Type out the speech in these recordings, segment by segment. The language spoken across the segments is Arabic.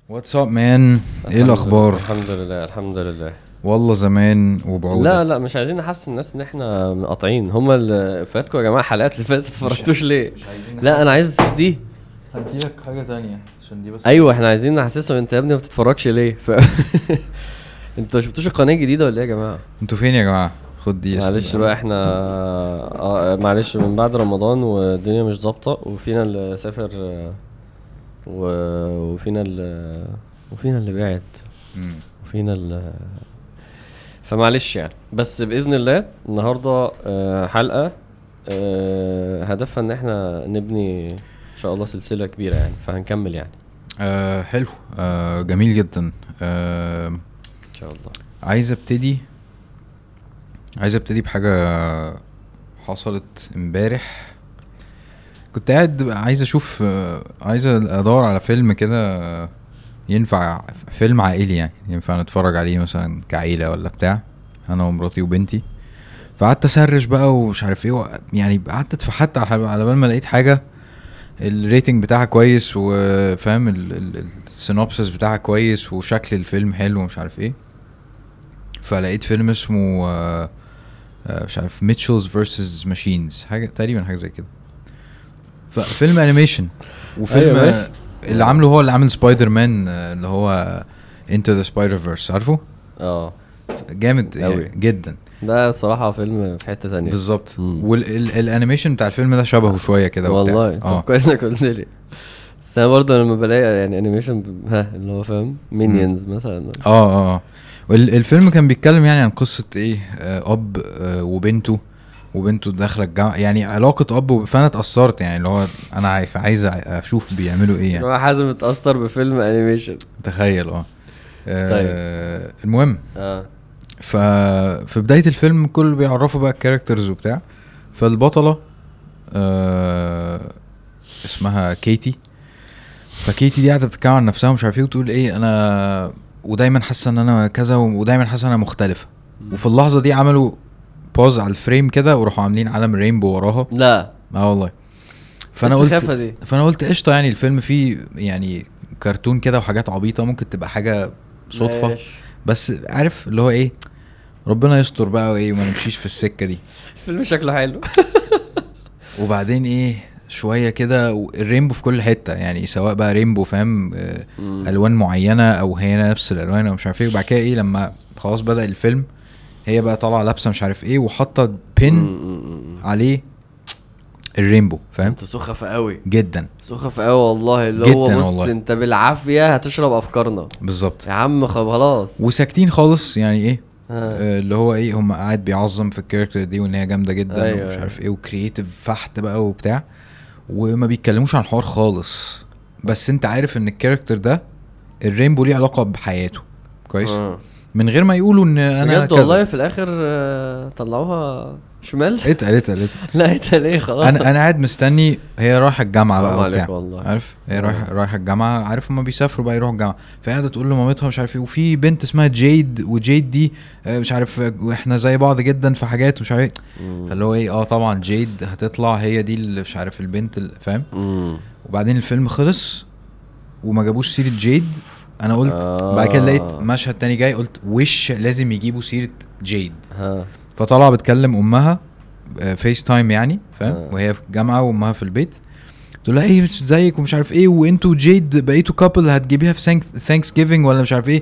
واتساب مان، ايه الاخبار؟ الحمد لله الحمد لله. والله زمان وبعودة. لا مش عايزين نحسس الناس ان احنا مقاطعين. هما اللي فاتكم يا جماعه الحلقات اللي فاتت اتفرجتوش ليه؟ لا انا عايز دي. هديلك حاجة تانية عشان دي بس. ايوه احنا عايزين نحسسهم. انت يا ابني ما بتتفرجش ليه؟ انتوا شفتوش القناه الجديده ولا ايه يا جماعه؟ انتوا فين يا جماعة؟ خد دي معلش بقى احنا معلش من بعد رمضان والدنيا مش ظابطه، وفينا اللي سافر وفينا اللي بعد، وفينا اللي فمعلش يعني. بس باذن الله النهارده حلقه هدفها ان احنا نبني ان شاء الله سلسله كبيره يعني، فهنكمل يعني. حلو. جميل جدا. ان شاء الله. عايز ابتدي بحاجة حصلت امبارح. كنت قاعد عايز اشوف، عايز ادور على فيلم كده ينفع فيلم عائلي، يعني ينفع نتفرج عليه مثلا كعيلة ولا بتاع، انا ومراتي وبنتي. فقعدت اسرش بقى ومش عارف ايه، يعني قعدت اتفحت على بال ما لقيت حاجه الريتنج بتاعها كويس، وفاهم السينوبسس بتاعها كويس، وشكل الفيلم حلو ومش عارف ايه. فلقيت فيلم اسمه مش عارف ميتشلز فيرسز ماشينز، حاجه تقريبا حاجه زي كده. ففيلم انيميشن وفيلم أيوة اللي عامله هو اللي عامل سبايدر مان، اللي هو انتو ذا سبايدر فيرس، عارفه؟ جامد يعني جدا. ده صراحه فيلم في حته ثانيه بالظبط. والانيميشن بتاع الفيلم ده شبهه شويه كده والله. طب كويس انك قلت لي. بس انا برضه لما بلاقي يعني انيميشن اللي هو فاهم مينيونز مثلا. الفيلم كان بيتكلم يعني عن قصه ايه، اب وبنته داخله الجامعه، يعني علاقه فانا اتاثرت، يعني اللي هو انا عايز اشوف بيعملوا ايه يعني. هو حازم اتاثر بفيلم انيميشن، تخيل. طيب. المهم في بدايه الفيلم كل بيعرفوا بقى الكاركترز وبتاع. فالبطله اسمها كيتي. فكيتي دي قاعده بتتكلم عن نفسها ومش عارف ايه، وتقول ايه انا ودايما حاسه ان انا كذا، ودايما حاسه ان انا مختلفه. وفي اللحظه دي عملوا باوز على الفريم كده، وراحوا عاملين علم رينبو وراها. لا والله. فانا قلت قشطه، يعني الفيلم فيه يعني كرتون كده وحاجات عبيطه، ممكن تبقى حاجه صدفه. بس عارف اللي هو ايه، ربنا يستر بقى وايه، وما نمشيش في السكه دي. الفيلم شكله حلو. وبعدين ايه شويه كده الرينبو في كل حته، يعني سواء بقى رينبو فاهم الوان معينه، او هي نفس الالوان او مش عارف ايه. وبعد كده ايه لما خلاص بدا الفيلم، هي بقى طالعه لابسه مش عارف ايه، وحاطه بين عليه الرينبو، فاهم؟ انت سخف قوي جدا، سخف قوي والله. اللي هو بص والله. انت بالعافيه هتشرب افكارنا بالظبط يا عم، خلاص وساكتين خالص يعني ايه. اللي هو ايه، هم قاعد بيعظم في الكاركتر دي وان هي جامده جدا. أيوة. ومش عارف ايه، وكرييتيف فحت بقى وبتاع، وما بيتكلموش عن الحوار خالص. بس انت عارف ان الكاركتر ده الرينبو ليه علاقه بحياته كويس. من غير ما يقولوا ان انا بجد والله. في الاخر طلعوها شمال. اتقل لا اتقل ايه خلاص. انا قاعد مستني هي رايحه الجامعه بقى وبتاع، عارف هي رايحه الجامعه، عارف هما بيسافروا بقى يروحوا الجامعه. فقاعده تقول لمامتها مش عارف ايه، وفي بنت اسمها جيد، وجيد دي مش عارف واحنا زي بعض جدا في حاجات مش عارف. فاللي هو ايه طبعا جيد هتطلع هي دي اللي مش عارف البنت اللي فاهم. وبعدين الفيلم خلص وما جابوش سيره جيد. انا قلت بعد كده لقيت مشهد تاني جاي، قلت وش لازم يجيبوا سيره جيد. فطلع بتكلم امها فيس تايم يعني فاهم. وهي في الجامعه وامها في البيت، تقول لها ايه مش زيك ومش عارف ايه، وانتوا جيد بقيتوا كابل هتجيبيها في ثانكس جيفينج ولا مش عارف ايه.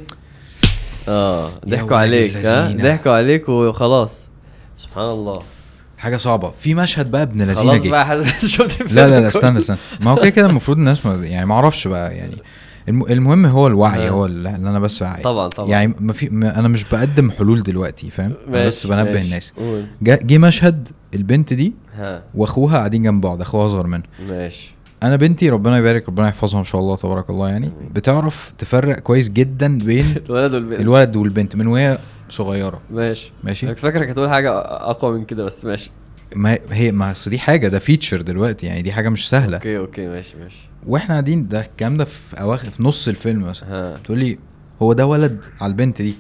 ضحكوا عليك. ضحكوا عليك وخلاص. سبحان الله، حاجه صعبه. في مشهد بقى ابن لذينه جه. خلاص بقى شفت. لا استنى ما هو كده المفروض الناس يعني ما اعرفش بقى يعني. المهم هو الوعي هو اللي انا بس وعي. طبعا يعني انا مش بقدم حلول دلوقتي فاهم، بس بنبه الناس. جه مشهد البنت دي واخوها قاعدين جنب بعض، اخوها اصغر منه. ماشي. انا بنتي ربنا يبارك ربنا يحفظها ان شاء الله تبارك الله، يعني بتعرف تفرق كويس جدا بين الولد والبنت من وهي صغيره. ماشي انا فاكرك هتقول حاجه اقوى من كده، بس ماشي. ما دي حاجه، ده فيتشر دلوقتي يعني، دي حاجه مش سهله. اوكي ماشي. واحنا قاعدين ده الكلام ده في اواخر في نص الفيلم مثلا، تقول لي هو ده ولد على البنت دي.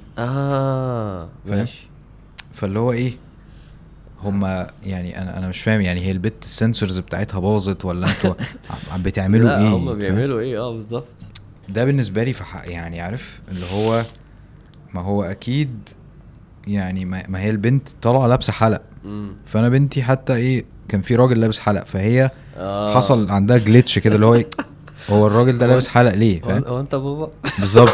ماشي. فاللي هو ايه هما يعني انا مش فاهم، يعني هي البت السنسورز بتاعتها باظت ولا انتوا عم بتعملوا ايه؟ هما بيعملوا ايه بالظبط. ده بالنسبه لي يعني عارف اللي هو ما هو اكيد يعني ما هي البنت طالعه لابسه حلق فانا بنتي حتى ايه كان في راجل لابس حلق فهي حصل عندها جليتش كده اللي هو ايه هو الراجل ده لابس حلق ليه فاهم هو انت بابا بالظبط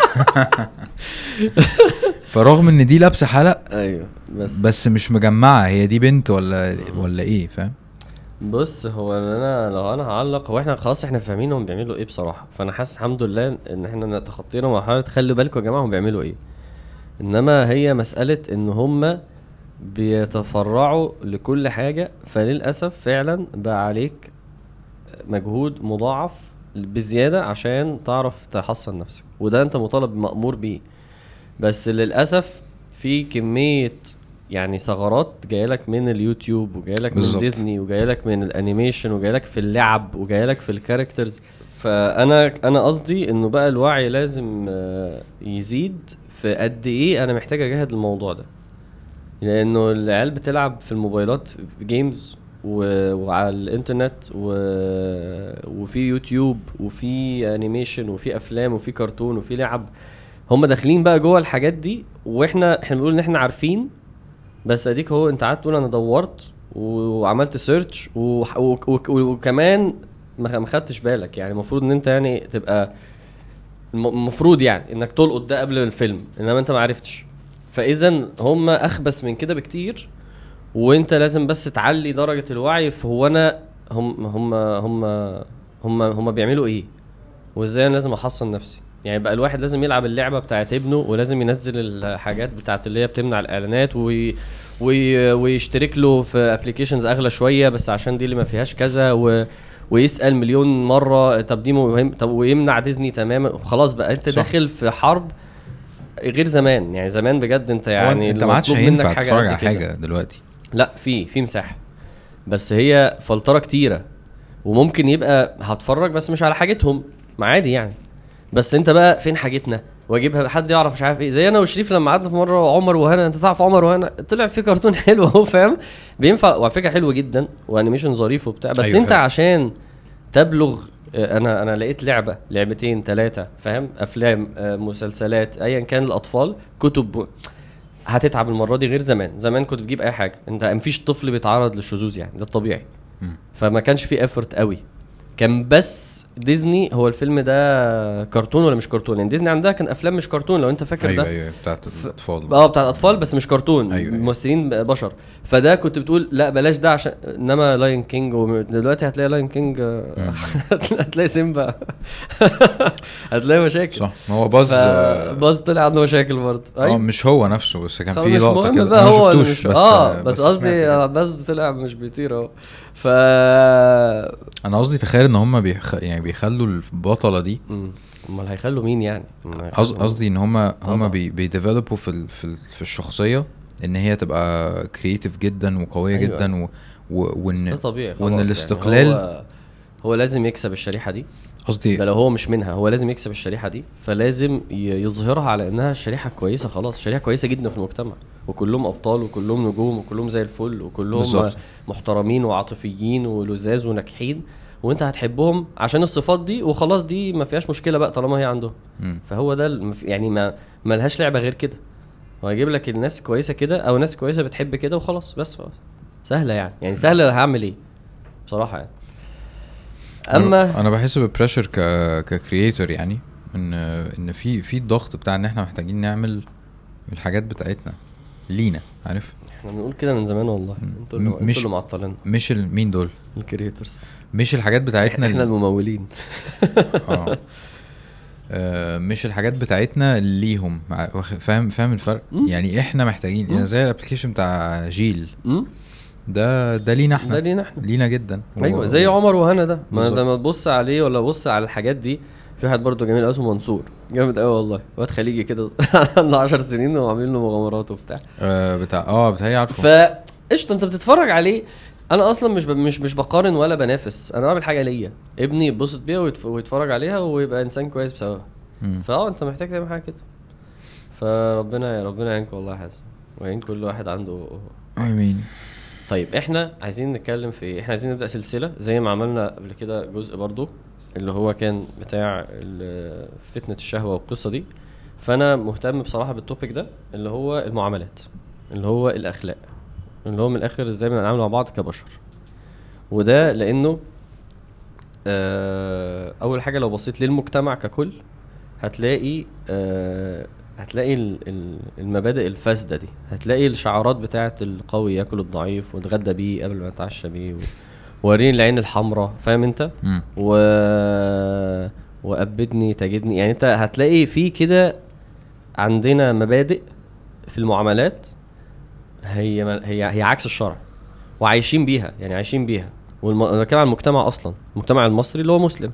فرغم ان دي لابسه حلق ايوه بس مش مجمعه هي دي بنت ولا ايه فاهم. بص هو انا لو انا هعلق هو احنا خلاص احنا فاهمين هم بيعملوا ايه بصراحه فانا حاسس الحمد لله ان احنا تخطينا مرحله خلوا بالكم يا جماعه هم بيعملوا ايه انما هي مساله ان هم بيتفرعوا لكل حاجه فللاسف فعلا بقى عليك مجهود مضاعف بزياده عشان تعرف تحصن نفسك وده انت مطالب مأمور بيه بس للاسف في كميه يعني ثغرات جايلك من اليوتيوب وجايلك من ديزني وجايلك من الانيميشن وجايلك في اللعب وجايلك في الكاركترز فانا قصدي انه بقى الوعي لازم يزيد في قد ايه انا محتاج اجاهد الموضوع ده لانه العيال بتلعب في الموبايلات جيمز وعلى الانترنت وفي يوتيوب وفي انيميشن وفي افلام وفي كرتون وفي لعب هم داخلين بقى جوه الحاجات دي واحنا بنقول ان احنا عارفين بس اديك هو انت قعدت تقول انا دورت وعملت سيرش وكمان ما خدتش بالك يعني المفروض ان انت يعني تبقى المفروض يعني انك تلقط ده قبل الفيلم انما انت ما عرفتش فاذا هم اخبث من كده بكتير وانت لازم بس تعلي درجة الوعي فهو انا هم بيعملوا ايه وازاي انا لازم احصن نفسي يعني بقى الواحد لازم يلعب اللعبة بتاعت ابنه ولازم ينزل الحاجات بتاعت اللي هي بتمنع الاعلانات ويشترك له في ابليكيشنز اغلى شوية بس عشان دي اللي ما فيهاش كذا ويسأل مليون مرة طب دي مهم طب ويمنع ديزني تماما خلاص بقى انت صح. داخل في حرب غير زمان يعني زمان بجد انت يعني انت ما عادش هينفع تتفرج على حاجة دلوقتي لا في مساحة بس هي فلترة كتيرة وممكن يبقى هتفرج بس مش على حاجتهم ما عادي يعني بس انت بقى فين حاجتنا واجيبها حد يعرف مش عارف ايه زي انا وشريف لما قعدنا في مره عمر وهنا انت تعرف عمر وهنا طلع في كرتون حلو اهو فاهم بينفع وعلى فكره حلو جدا وانيميشن ظريف وبتاع بس أيوة انت حلو. عشان تبلغ انا لقيت لعبه لعبتين ثلاثه فاهم افلام مسلسلات ايا كان الاطفال كتب هتتعب المره دي غير زمان كنت بتجيب اي حاجه انت مفيش طفل بيتعرض للشذوذ يعني ده الطبيعي فما كانش فيه افورت قوي كان بس ديزني هو الفيلم ده كرتون ولا مش كرتون يعني ديزني عندها كان افلام مش كرتون لو انت فاكر أيوة ده ايوه بتاعت الاطفال بتاعت الاطفال بس مش كرتون أيوة ممثلين بشر فده كنت بتقول لا بلاش ده عشان انما لاين كينج دلوقتي هتلاقي لاين كينج هتلاقي سيمبا هتلاقي مشاكل صح ما هو باز طلع عنده مشاكل برضه مش هو نفسه بس كان في لقطه كده انا ما شفتوش بس قصدي باز طلع مش بيطير اهو انا قصدي تخيل ان هم يعني بيخلوا البطله دي امال هيخلوا مين يعني قصدي ان هم بيديفلوبوا في الشخصيه ان هي تبقى كرييتيف جدا وقويه أيوة. جدا وان طبيعي وان الاستقلال يعني هو لازم يكسب الشريحه دي قصدي ده لو هو مش منها هو لازم يكسب الشريحه دي فلازم يظهرها على انها الشريحه كويسه خلاص شريحه كويسه جدا في المجتمع وكلهم ابطال وكلهم نجوم وكلهم زي الفل وكلهم بالزبط. محترمين وعاطفيين ولذاذ وناجحين وانت هتحبهم عشان الصفات دي وخلاص دي ما فيهاش مشكله بقى طالما هي عندهم فهو ده يعني ما لهاش لعبه غير كده هو يجيب لك الناس كويسه كده او ناس كويسه بتحب كده وخلاص بس خلاص سهله يعني سهله هعمل ايه بصراحه يعني انا بحس بالبريشر ككرييتور يعني ان في الضغط بتاع ان احنا محتاجين نعمل الحاجات بتاعتنا لينا عارف احنا بنقول كده من زمان والله انتوا اللي معطلين مش مين دول الكرييتورز مش الحاجات بتاعتنا احنا الممولين مش الحاجات بتاعتنا ليهم فاهم الفرق يعني احنا محتاجين يعني زي الابلكيشن بتاع جيل ده لينا احنا لينا جدا ايوه زي عمر وهنا ده ما تبص عليه ولا بص على الحاجات دي في واحد برضو جميل اسمه منصور جامد قوي والله واد خليجي كده عنده 10 سنين وعاملين له مغامرات وبتاع بتاع عارفه فقشطه انت بتتفرج عليه انا اصلا مش بقارن ولا بنافس انا بعمل حاجه ليا ابني يتبسط بيها ويتفرج عليها ويبقى انسان كويس بسببها انت محتاج تعمل حاجه كده فربنا يعينكم والله يا حازم ويعين كل واحد عنده امين طيب احنا عايزين نتكلم في احنا عايزين نبدا سلسله زي ما عملنا قبل كده جزء برضو اللي هو كان بتاع فتنة الشهوة والقصة دي. فانا مهتم بصراحة بالتوبيك ده اللي هو المعاملات، اللي هو الاخلاق، اللي هو من الاخر ازاي بنتعامل مع بعض كبشر. وده لانه اول حاجة لو بصيت للمجتمع ككل هتلاقي المبادئ الفاسدة دي، هتلاقي الشعارات بتاعت القوي ياكل الضعيف واتغدى بيه قبل ما يتعشى بيه وريني العين الحمراء، فاهم انت؟ وأبدني تجدني. يعني انت هتلاقي في كده عندنا مبادئ في المعاملات هي عكس الشرع وعايشين بيها، يعني عايشين بيها. والكلام عن المجتمع اصلا، المجتمع المصري اللي هو مسلم.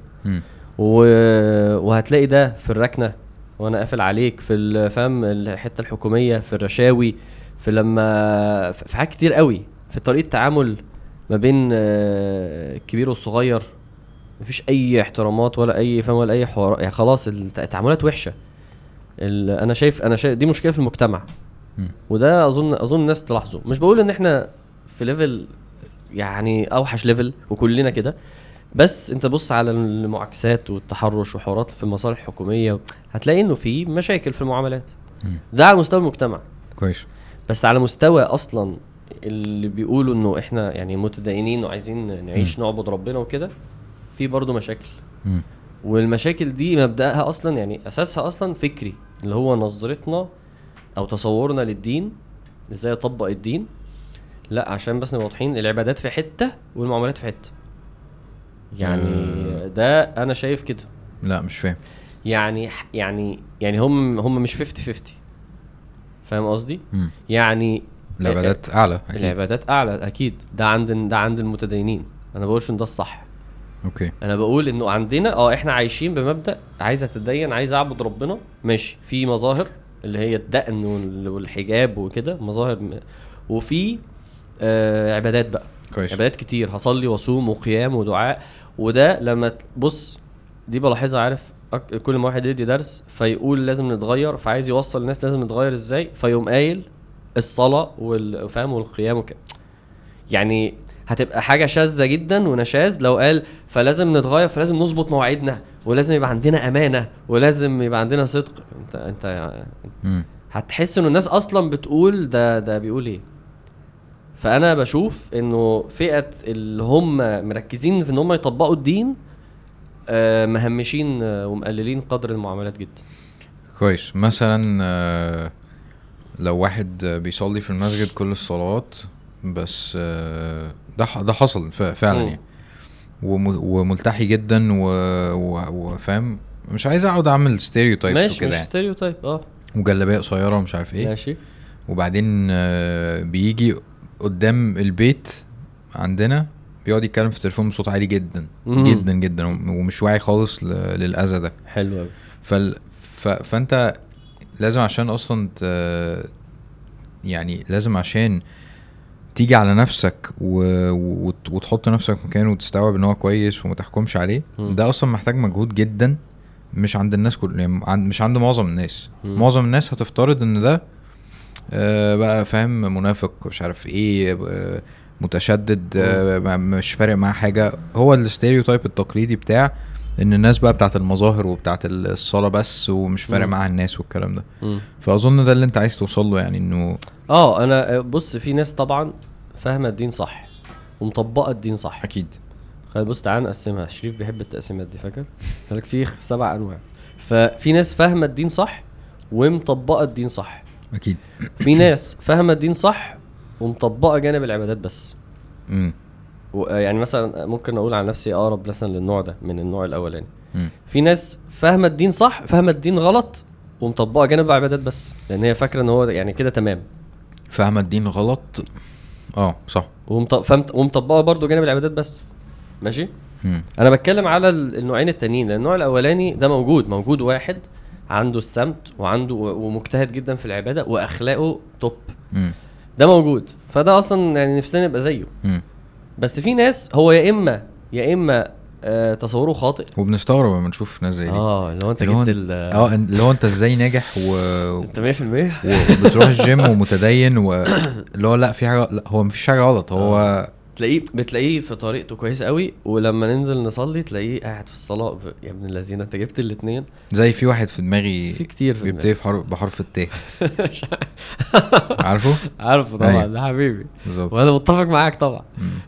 وهتلاقي ده في الركنه وانا قافل عليك، في الفهم الحته الحكوميه، في الرشاوي، في لما في حاجات كتير قوي، في طريقه التعامل ما بين الكبير والصغير. مفيش اي احترامات ولا اي فهم ولا اي حوار، يعني خلاص التعاملات وحشه. انا شايف دي مشكله في المجتمع. وده اظن الناس تلاحظه. مش بقول ان احنا في ليفل يعني اوحش ليفل وكلنا كده، بس انت بص على المعاكسات والتحرش وحوارات في المصالح الحكوميه، هتلاقي انه في مشاكل في المعاملات. ده على مستوى المجتمع كويس. بس على مستوى اصلا اللي بيقولوا انه احنا يعني متدينين وعايزين نعيش نعبد ربنا وكده، في برضو مشاكل. والمشاكل دي مبدأها اصلا يعني اساسها اصلا فكري، اللي هو نظرتنا او تصورنا للدين، ازاي اطبق الدين. لا عشان بس نبقى واضحين، العبادات في حته والمعاملات في حته. يعني ده انا شايف كده. لا مش فاهم. يعني هم مش 50-50، فاهم قصدي؟ يعني العبادات اعلى اكيد. العبادات اعلى اكيد، ده عند المتدينين. انا بقولش ان ده الصح، اوكي. انا بقول انه عندنا احنا عايشين بمبدأ عايز اتدين، عايز اعبد ربنا، ماشي. في مظاهر اللي هي الدقن والحجاب وكده، مظاهر وفي عبادات بقى كويس. عبادات كتير، هصلي وصوم وقيام ودعاء. وده لما تبص دي بلاحظها، عارف كل ما واحد يدي درس فيقول لازم نتغير، فعايز يوصل الناس لازم نتغير ازاي، فيقوم قايل الصلاة والفهم والقيام وكده. يعني هتبقى حاجة شاذة جدا ونشاذ لو قال فلازم نتغير، فلازم نظبط مواعيدنا، ولازم يبقى عندنا أمانة، ولازم يبقى عندنا صدق. انت يعني هتحس انه الناس اصلا بتقول ده بيقول ايه. فانا بشوف انه فئة اللي هم مركزين في ان هم يطبقوا الدين مهمشين ومقللين قدر المعاملات جدا. كويس. مثلا لو واحد بيصلي في المسجد كل الصلوات، بس ده حصل فعلا يعني، وملتحي جدا وفاهم، مش عايز اقعد اعمل ستيريوتايبس وكده، مش ستيريوتايب وجلابيه قصيره ومش عارف ايه، ماشي. وبعدين بيجي قدام البيت عندنا بيقعد يتكلم في التليفون بصوت عالي جدا جدا جدا، ومش واعي خالص للاذى ده. حلو قوي. فانت لازم عشان اصلا يعني لازم عشان تيجي على نفسك وتحط نفسك مكانه وتستوعب ان هو كويس وما تحكمش عليه. ده اصلا محتاج مجهود جدا، مش عند الناس يعني مش عند معظم الناس. معظم الناس هتفترض ان ده بقى فاهم منافق مش عارف ايه، متشدد، مش فارق معاه حاجه. هو الستيريوتايب التقليدي بتاع ان الناس بقى بتاعت المظاهر وبتاعت الصلاة بس، ومش فارق معها الناس والكلام ده. فاظن ده اللي انت عايز توصل له، يعني انه انا بص، في ناس طبعا فاهمه الدين صح ومطبقه الدين صح اكيد. خلي بص تعال نقسمها، شريف بيحب التقسيمات دي، فاكر قالك في 7 انواع. ففي ناس فاهمه الدين صح ومطبقه الدين صح اكيد. في ناس فاهمه الدين صح ومطبقه جانب العبادات بس. يعني مثلا ممكن اقول عن نفسي اقرب مثلا للنوع ده من النوع الاولاني. في ناس فاهمه الدين صح، فاهمه الدين غلط ومطبقه جانب العبادات بس، لان هي فاكره ان هو يعني كده تمام. فاهمه الدين غلط صح، ومطبقه برضو جانب العبادات بس، ماشي. انا بتكلم على النوعين التانيين، لان النوع الاولاني ده موجود واحد عنده السمت وعنده ومجتهد جدا في العباده واخلاقه توب، ده موجود. فده اصلا يعني نفسنا نبقى زيه. بس في ناس هو يا اما تصوره خاطئ، وبنستغرب لما نشوف ناس زي دي. اللي هو انت جبت اللي هو انت ازاي ناجح انت 100% وبتروح الجيم ومتدين، واللي هو لا في حاجه، لا هو مفيش حاجه غلط، هو بتلاقيه في طريقته كويس قوي، ولما ننزل نصلي تلاقيه قاعد في الصلاه يا ابن الذين انت جبت الاثنين. زي في واحد في دماغي في كتير في بيبتدي بحرف الت. عارفه طبعا. ده حبيبي بالظبط، وانا متفق معاك طبعا.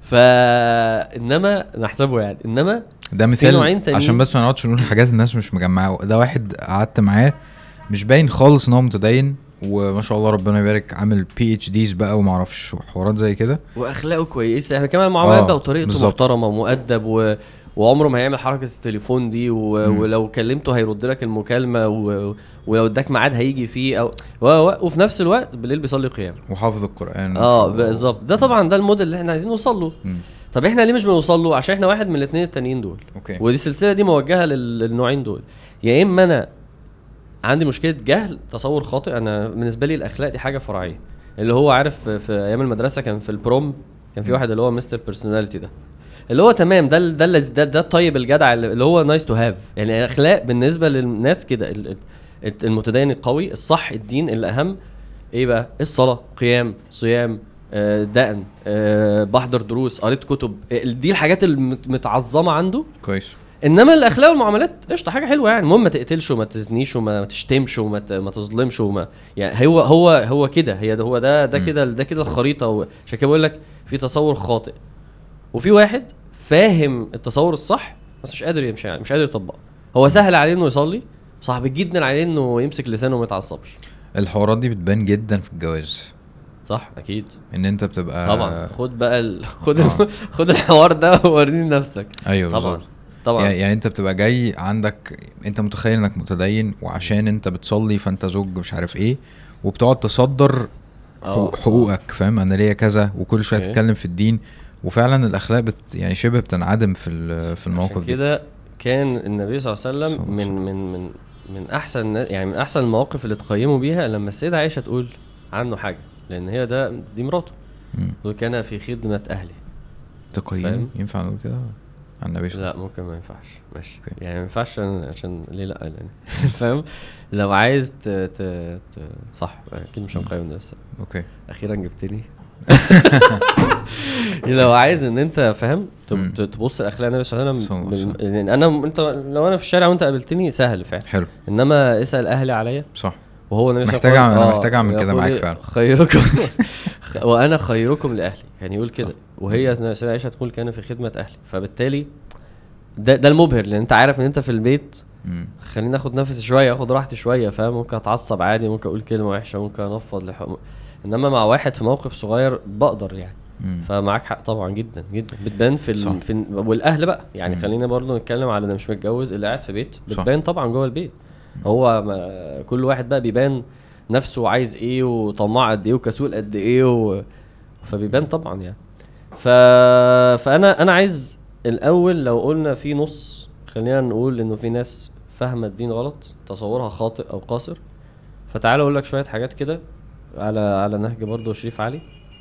فانما نحسبه يعني، انما ده مثال عشان بس ما نقعدش نقول حاجات الناس مش مجمعه. ده واحد قعدت معاه مش باين خالص ان هو متدين، وما شاء الله ربنا يبارك عامل PhDs بقى وما اعرفش حوارات زي كده، واخلاقه كويسه يعني كمان المعاملات ده، وطريقته محترمه ومؤدب وعمره ما هيعمل حركه التليفون دي ولو كلمته هيرد لك المكالمه ولو اداك ميعاد هيجي فيه او وفي نفس الوقت بالليل بيصلي قيام وحافظ القران. بالظبط. ده طبعا ده الموديل اللي احنا عايزين نوصل له. طب احنا ليه مش بنوصل له؟ عشان احنا واحد من الاثنين التانيين دول. ودي السلسله دي موجهه للنوعين دول. يا اما انا عندي مشكله جهل، تصور خاطئ. انا بالنسبه لي الاخلاق دي حاجه فرعيه. اللي هو عارف في ايام المدرسه كان في البروم كان في واحد اللي هو مستر بيرسوناليتي، ده اللي هو تمام، ده الطيب الجدع اللي هو نايس تو هاف. يعني الاخلاق بالنسبه للناس كده، المتدين القوي الصح، الدين اللي اهم ايه بقى؟ الصلاه، قيام، صيام، دقن، بحضر دروس، قريت كتب، دي الحاجات المتعظمه عنده كويس. انما الاخلاق والمعاملات قشطه حاجه حلوه يعني. المهم ما تقتلش وما تزنيش وما تشتمش وما تظلمش يعني هو كده، هو ده كده الخريطه. عشان كده بقول لك في تصور خاطئ، وفي واحد فاهم التصور الصح بس مش قادر يمشي يعني، مش قادر يطبقه. هو سهل عليه انه يصلي، صعب جدا عليه انه يمسك لسانه وما يتعصبش. الحوارات دي بتبان جدا في الجواز، صح اكيد. ان انت بتبقى طبعا خد بقى خد الحوار ده ووريني نفسك. ايوه طبعا. يعني انت بتبقى جاي عندك، انت متخيل انك متدين وعشان انت بتصلي فانت زوج مش عارف ايه، وبتقعد تصدر حقوقك، فاهم؟ انا ليا كذا، وكل شويه تتكلم في الدين، وفعلا الاخلاق يعني شبه بتنعدم في الموقف ده. كده كان النبي صلى الله عليه وسلم من احسن يعني من احسن المواقف اللي تقيموا بيها لما السيدة عائشة تقول عنه حاجة، لان هي دي مراته، وكان في خدمة اهلي. تقييم ينفع نقول كده عن النبي صلى الله عليه وسلم؟ لا ممكن ما ينفعش، ماشي يعني ما ينفعش عشان ليه لا يعني فاهم؟ لو عايز صح اكيد مش هنقيم نفسك. اوكي اخيرا جبتني لو عايز ان انت فاهم تبص الاخلاق النبي صلى الله عليه وسلم. يعني انت لو انا في الشارع وانت قابلتني سهل فعلا، حلو. انما اسال اهلي عليا، صح. وهو النبي محتاج اعمل كده معاك فعلا. خيركم وانا خيركم لاهلي، كان يقول كده. وهي السيدة عائشة تقول كان في خدمة اهلي. فبالتالي ده المبهر، لان انت عارف ان انت في البيت خليني اخد نفسي شويه، اخد راحتي شويه، فاهم؟ ممكن اتعصب عادي، ممكن اقول كلمه وحشه، ممكن انفض انما مع واحد في موقف صغير بقدر يعني. فمعاك حق طبعا جدا جدا. بتبان في والاهل بقى يعني. خلينا برضو نتكلم على اللي مش متجوز، اللي قاعد في بيت بتبان طبعا جوه البيت. هو كل واحد بقى بيبان نفسه عايز ايه، وطماع قد ايه، وكسول قد ايه فبيبان طبعا يعني. فانا عايز الاول، لو قلنا في نص، خلينا نقول انه في ناس فاهمه الدين غلط، تصورها خاطئ او قاصر. فتعال اقول لك شويه حاجات كده على نهج برضو شريف علي،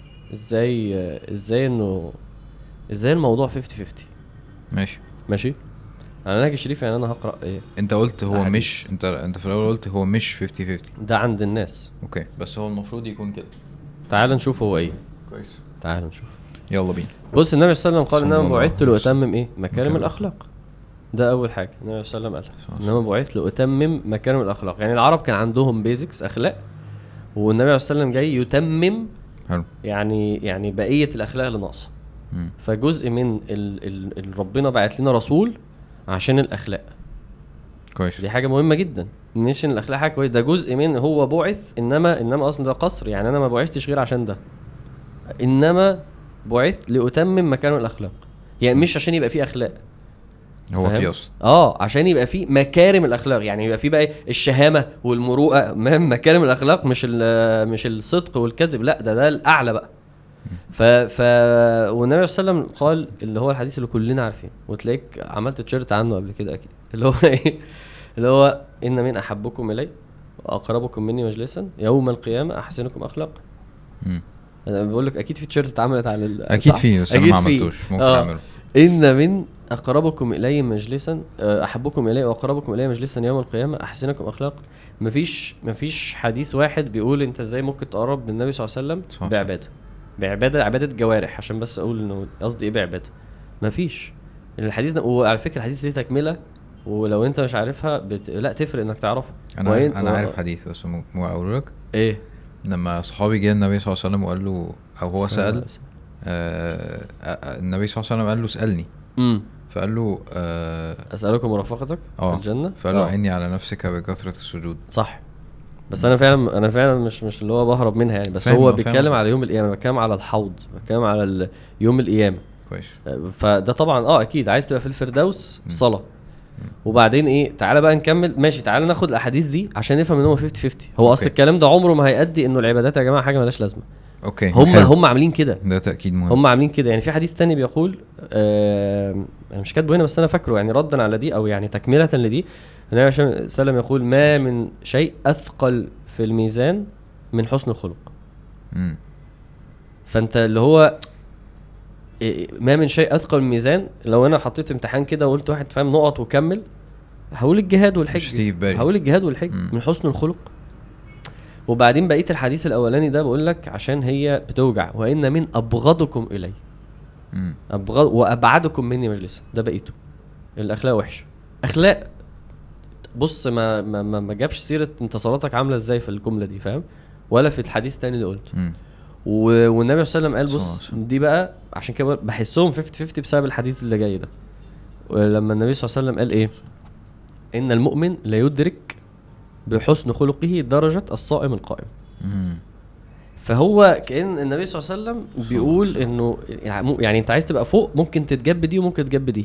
ازاي الموضوع 50-50. ماشي على نهج شريف. يعني انا هقرا ايه انت قلت هو مش انت في الاول قلت هو مش 50-50 ده عند الناس. اوكي، بس هو المفروض يكون كده. تعال نشوف هو ايه. كويس، تعال نشوف، يلا بينا. بص النبي صلى الله عليه وسلم قال انما بعثت لأتمم ايه؟ مكارم الاخلاق. ده اول حاجه النبي صلى الله عليه وسلم قال انما بعثت لأتمم مكارم الاخلاق. يعني العرب كان عندهم بيزكس اخلاق، والنبي صلى الله عليه وسلم جاي يتمم يعني بقيه الاخلاق اللي ناقصه. فجزء من ربنا بعت لنا رسول عشان الاخلاق. كويس، دي حاجه مهمه جدا، مش ان الاخلاق حاجه كويس، ده جزء من هو بعث. انما اصلا ده قصر يعني. انا ما بعثتش غير عشان ده، انما بعث لأتمم مكارم الاخلاق. يعني مش عشان يبقى فيه اخلاق، هو فيه اصلا عشان يبقى فيه مكارم الاخلاق. يعني يبقى فيه بقى الشهامه والمروءه، مكارم الاخلاق، مش الصدق والكذب، لا ده الاعلى بقى. والنبي صلى الله عليه وسلم قال اللي هو الحديث اللي كلنا عارفين، وتلاقيك عملت تشيرت عنه قبل كده اكيد، اللي هو ايه؟ اللي هو ان من احبكم الي واقربكم مني مجلسا يوم القيامه احسنكم اخلاقا. انا بقول لك اكيد في تشيرت اتعملت على اكيد فيه، بس انا ما عملتوش. ممكن اعمله. ان من اقربكم الي مجلسا احبكم الي واقربكم الي مجلسا يوم القيامه احسنكم اخلاق. مفيش حديث واحد بيقول انت ازاي ممكن تقرب من النبي صلى الله عليه وسلم بعباده. عباده جوارح، عشان بس اقول انه قصدي ايه بعباده. مفيش الحديث ده. وعلى فكره الحديث ليه تكمله، ولو انت مش عارفها لا تفرق انك تعرفه. انا عارف حديث بس مو اقول لك ايه. لما صحابي جه النبي صلى الله عليه وسلم وقال له، او هو سأل النبي صلى الله عليه وسلم قال له اسألني، فقال له اسألكم مرافقتك في الجنة، فقال له عيني على نفسك بكثرة السجود. صح. بس انا فعلا مش اللي هو بهرب منها يعني، بس هو بيتكلم على يوم القيامة، بيتكلم على الحوض، بيتكلم على يوم القيامة. كويس. فده طبعا اكيد عايز تبقى في الفردوس صلاة. وبعدين ايه، تعالى بقى نكمل ماشي، تعالى ناخد الاحاديث دي عشان نفهم ان هو 50-50. هو اصل الكلام ده عمره ما هيؤدي انه العبادات يا جماعه حاجه مالهاش لازمه. اوكي. هم عاملين كده، ده تاكيد مهم. هم عاملين كده. يعني في حديث تاني بيقول انا مش كاتبه هنا بس انا فاكره، يعني ردا على دي او يعني تكمله لدي، النبي صلى الله عليه وسلم يقول ما من شيء اثقل في الميزان من حسن الخلق. فانت اللي هو ما من شيء اثقل من الميزان، لو انا حطيت امتحان كده وقلت واحد فاهم نقط وكمل، هقول الجهاد والحج، هقول الجهاد والحج من حسن الخلق. وبعدين بقيه الحديث الاولاني ده بقول لك عشان هي بتوجع، وان من ابغضكم الي ابغض وابعدكم مني مجلسا، ده بقيته الاخلاق وحشه. اخلاق بص ما جابش سيره انت صلاتك عامله ازاي في الجمله دي، فاهم؟ ولا في الحديث الثاني اللي قلته. والنبي صلى الله عليه وسلم قال بص دي بقى عشان كده بحسهم 50-50 بسبب الحديث اللي جاي ده. ولما النبي صلى الله عليه وسلم قال ايه، ان المؤمن لا يدرك بحسن خلقه درجة الصائم القائم. فهو كأن النبي صلى الله عليه وسلم بيقول انه يعني انت عايز تبقى فوق ممكن تتجب دي وممكن تتجب دي،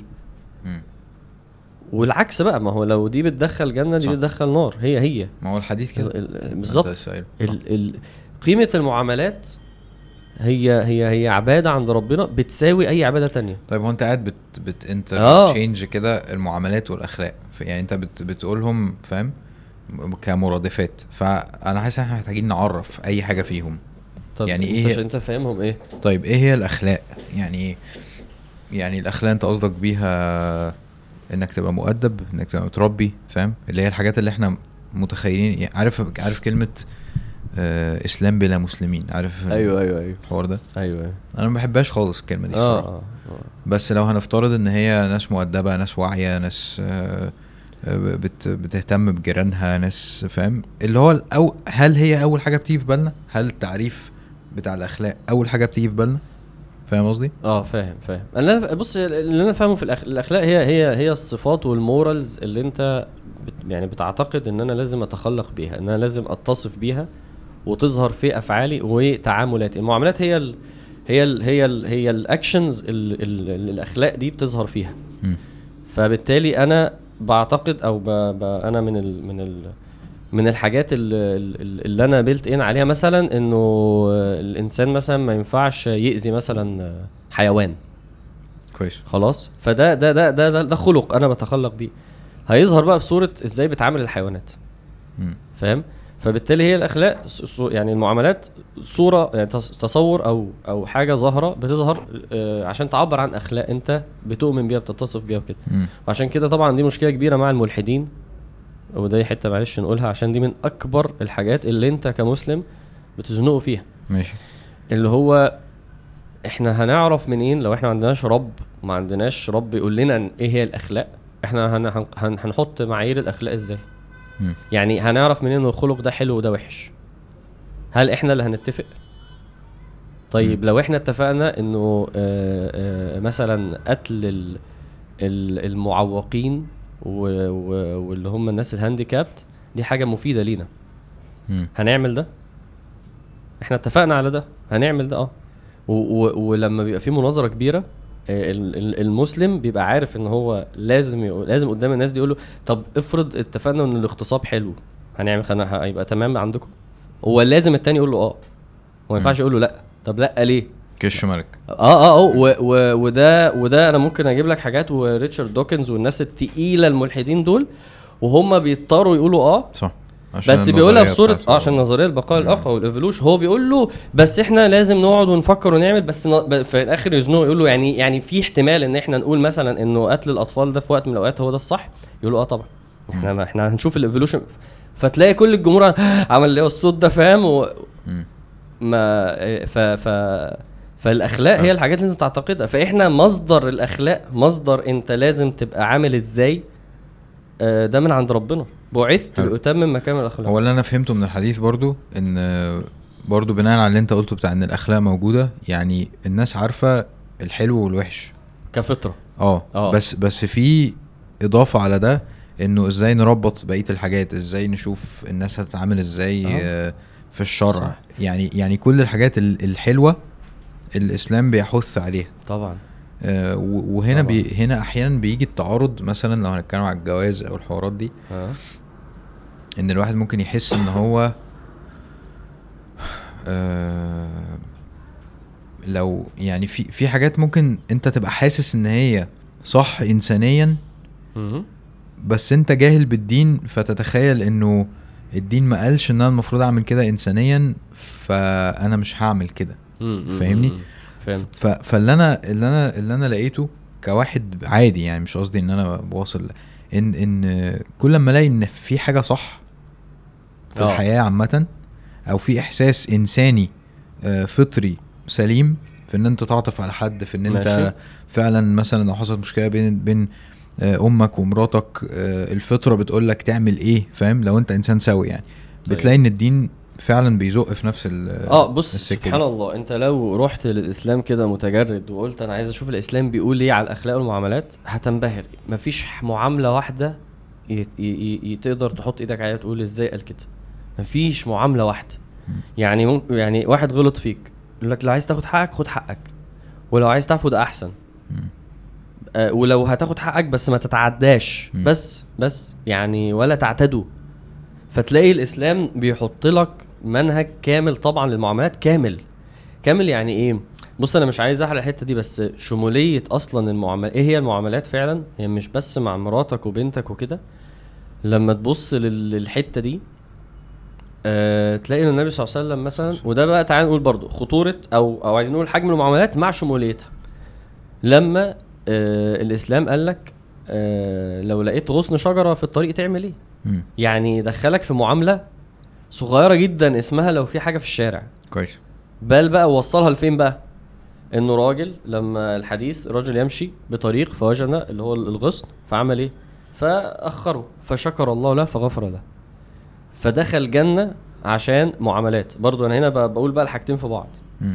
والعكس بقى، ما هو لو دي بتدخل جنة دي بتدخل نار، هي ما هو الحديث كده بالظبط. قيمة المعاملات هي عبادة عند ربنا بتساوي اي عبادة تانية. طيب هو انت قاعد انت تشينج كده المعاملات والاخلاق، يعني انت بتقولهم فاهم كمرادفات، فانا حاسس ان احنا محتاجين نعرف اي حاجة فيهم. طب يعني ايه انت فاهمهم ايه؟ طيب ايه هي الاخلاق؟ يعني الاخلاق انت قصدك بيها انك تبقى مؤدب، انك تبقى متربي، فاهم؟ اللي هي الحاجات اللي احنا متخيلين يعني. عارف كلمة اسلام بلا مسلمين، عارف؟ ايوه الحوار ده. ايوه انا ما بحبهاش خالص الكلمه دي الصراحه. بس لو هنفترض ان هي ناس مؤدبه، ناس واعيه، ناس بتهتم بجيرانها، ناس فاهم اللي هو او هل هي اول حاجه بتيجي في بالنا؟ هل التعريف بتاع الاخلاق اول حاجه بتيجي في بالنا؟ فاهم قصدي؟ فاهم. انا بص اللي انا فاهمه في الاخلاق هي الصفات والمورالز اللي انت يعني بتعتقد ان انا لازم اتخلق بيها، ان انا لازم اتصف بيها وتظهر في افعالي وتعاملاتي. المعاملات هي الاكشنز الاخلاق دي بتظهر فيها. فبالتالي انا بعتقد او انا من الحاجات اللي انا بيلت ان عليها مثلا انه الانسان مثلا ما ينفعش يأذي مثلا حيوان. كويس. خلاص. فده ده خلق انا بتخلق بيه، هيظهر بقى في صورة ازاي بتعامل الحيوانات. فاهم؟ فبالتالي هي الاخلاق يعني المعاملات صورة يعني تصور او حاجة ظاهرة بتظهر عشان تعبر عن اخلاق انت بتؤمن بيها بتتصف بيها وكده. وعشان كده طبعا دي مشكلة كبيرة مع الملحدين، وده حتة معلش نقولها عشان دي من اكبر الحاجات اللي انت كمسلم بتزنقوا فيها. ماشي. اللي هو احنا هنعرف منين لو احنا ما عندناش رب، ما عندناش رب يقول لنا ايه هي الاخلاق؟ احنا هنحط معايير الاخلاق ازاي؟ يعني هنعرف منين انه الخلق ده حلو وده وحش؟ هل احنا اللي هنتفق؟ طيب لو احنا اتفقنا انه مثلا قتل المعوقين واللي هم الناس الهانديكابت دي حاجة مفيدة لينا، هنعمل ده؟ احنا اتفقنا على ده، هنعمل ده. ولما بيبقى في مناظرة كبيرة المسلم بيبقى عارف ان هو لازم قدام الناس دي يقوله طب افرض اتفقنا ان الاغتصاب حلو، هنعمل هيبقى تمام عندكم؟ هو لازم التاني يقول له وما ينفعش يقول له لا. طب لا ليه؟ كش ملك. وده انا ممكن اجيب لك حاجات، وريتشارد دوكنز والناس التقيلة الملحدين دول وهم بيضطروا يقولوا صح، بس بيقولها في صورة عشان نظرية البقاء الأقوى والإيفولوشن. هو بيقول له بس احنا لازم نقعد ونفكر ونعمل، بس في الآخر يزنوه يقول له يعني في احتمال ان احنا نقول مثلا انه قتل الأطفال ده في وقت من الأوقات هو ده الصح؟ يقول له طبعا احنا هنشوف الإيفولوشن. فتلاقي كل الجمهور عمل اللي هو الصوت ده، فاهم؟ ما فالاخلاق هي الحاجات اللي انت تعتقدها. فاحنا مصدر الاخلاق، مصدر انت لازم تبقى عامل ازاي، ده من عند ربنا. بعثت لأتمم مكامل الاخلاق. هو اللي انا فهمته من الحديث برضو ان برضو بناء على اللي انت قلته بتاع ان الاخلاق موجوده، يعني الناس عارفه الحلو والوحش كفطره. بس في اضافه على ده، انه ازاي نربط بقيه الحاجات، ازاي نشوف الناس هتتعامل ازاي في الشرع. صح. يعني كل الحاجات الحلوه الاسلام بيحث عليها طبعا. وهنا طبعا. هنا احيانا بيجي التعارض، مثلا لو هنتكلم على الجواز او الحوارات دي، ان الواحد ممكن يحس ان هو لو يعني في حاجات ممكن انت تبقى حاسس ان هي صح انسانيا، بس انت جاهل بالدين، فتتخيل انه الدين ما قالش ان انا المفروض اعمل كده انسانيا، فانا مش هعمل كده. فاهمني؟ فاللي انا لقيته كواحد عادي، يعني مش قصدي ان انا بواصل ان كل ما الاقي ان في حاجه صح في الحياه عامه، او في احساس انساني فطري سليم في ان انت تعطف على حد، في ان انت فعلا مثلا لو حصلت مشكله بين امك ومراتك، الفطره بتقول لك تعمل ايه، فاهم؟ لو انت انسان سوي يعني بتلاقي ان الدين فعلا بيزق في نفس بص سبحان الله. انت لو رحت للاسلام كده متجرد وقلت انا عايز اشوف الاسلام بيقول ايه على الاخلاق والمعاملات، هتنبهر. مفيش معامله واحده تقدر تحط ايدك عليها تقول ازاي قال كده. مفيش معامله واحده. يعني واحد غلط فيك يقول لك لو عايز تاخد حقك خد حقك، ولو عايز تعفو ده احسن، ولو هتاخد حقك بس ما تتعداش، بس يعني ولا تعتدوا. فتلاقي الاسلام بيحط لك منهج كامل طبعا للمعاملات. كامل يعني ايه؟ بص انا مش عايز احرق الحته دي، بس شموليه اصلا المعاملات. ايه هي المعاملات فعلا؟ هي مش بس مع مراتك وبنتك وكده. لما تبص للحته دي تلاقي ان النبي صلى الله عليه وسلم مثلا، وده بقى تعال نقول برضو خطوره او عايزين نقول حجم المعاملات مع شموليتها. لما الاسلام قال لك لو لقيت غصن شجره في الطريق تعمل ايه؟ يعني دخلك في معامله صغيره جدا اسمها لو في حاجه في الشارع. كويس. بل بقى وصلها لفين بقى؟ انه راجل لما الحديث رجل يمشي بطريق فوجد اللي هو الغصن، فعمل ايه؟ فاخره فشكر الله له فغفر له، فدخل جنه. عشان معاملات برضو انا هنا بقول بقى الحاجتين في بعض.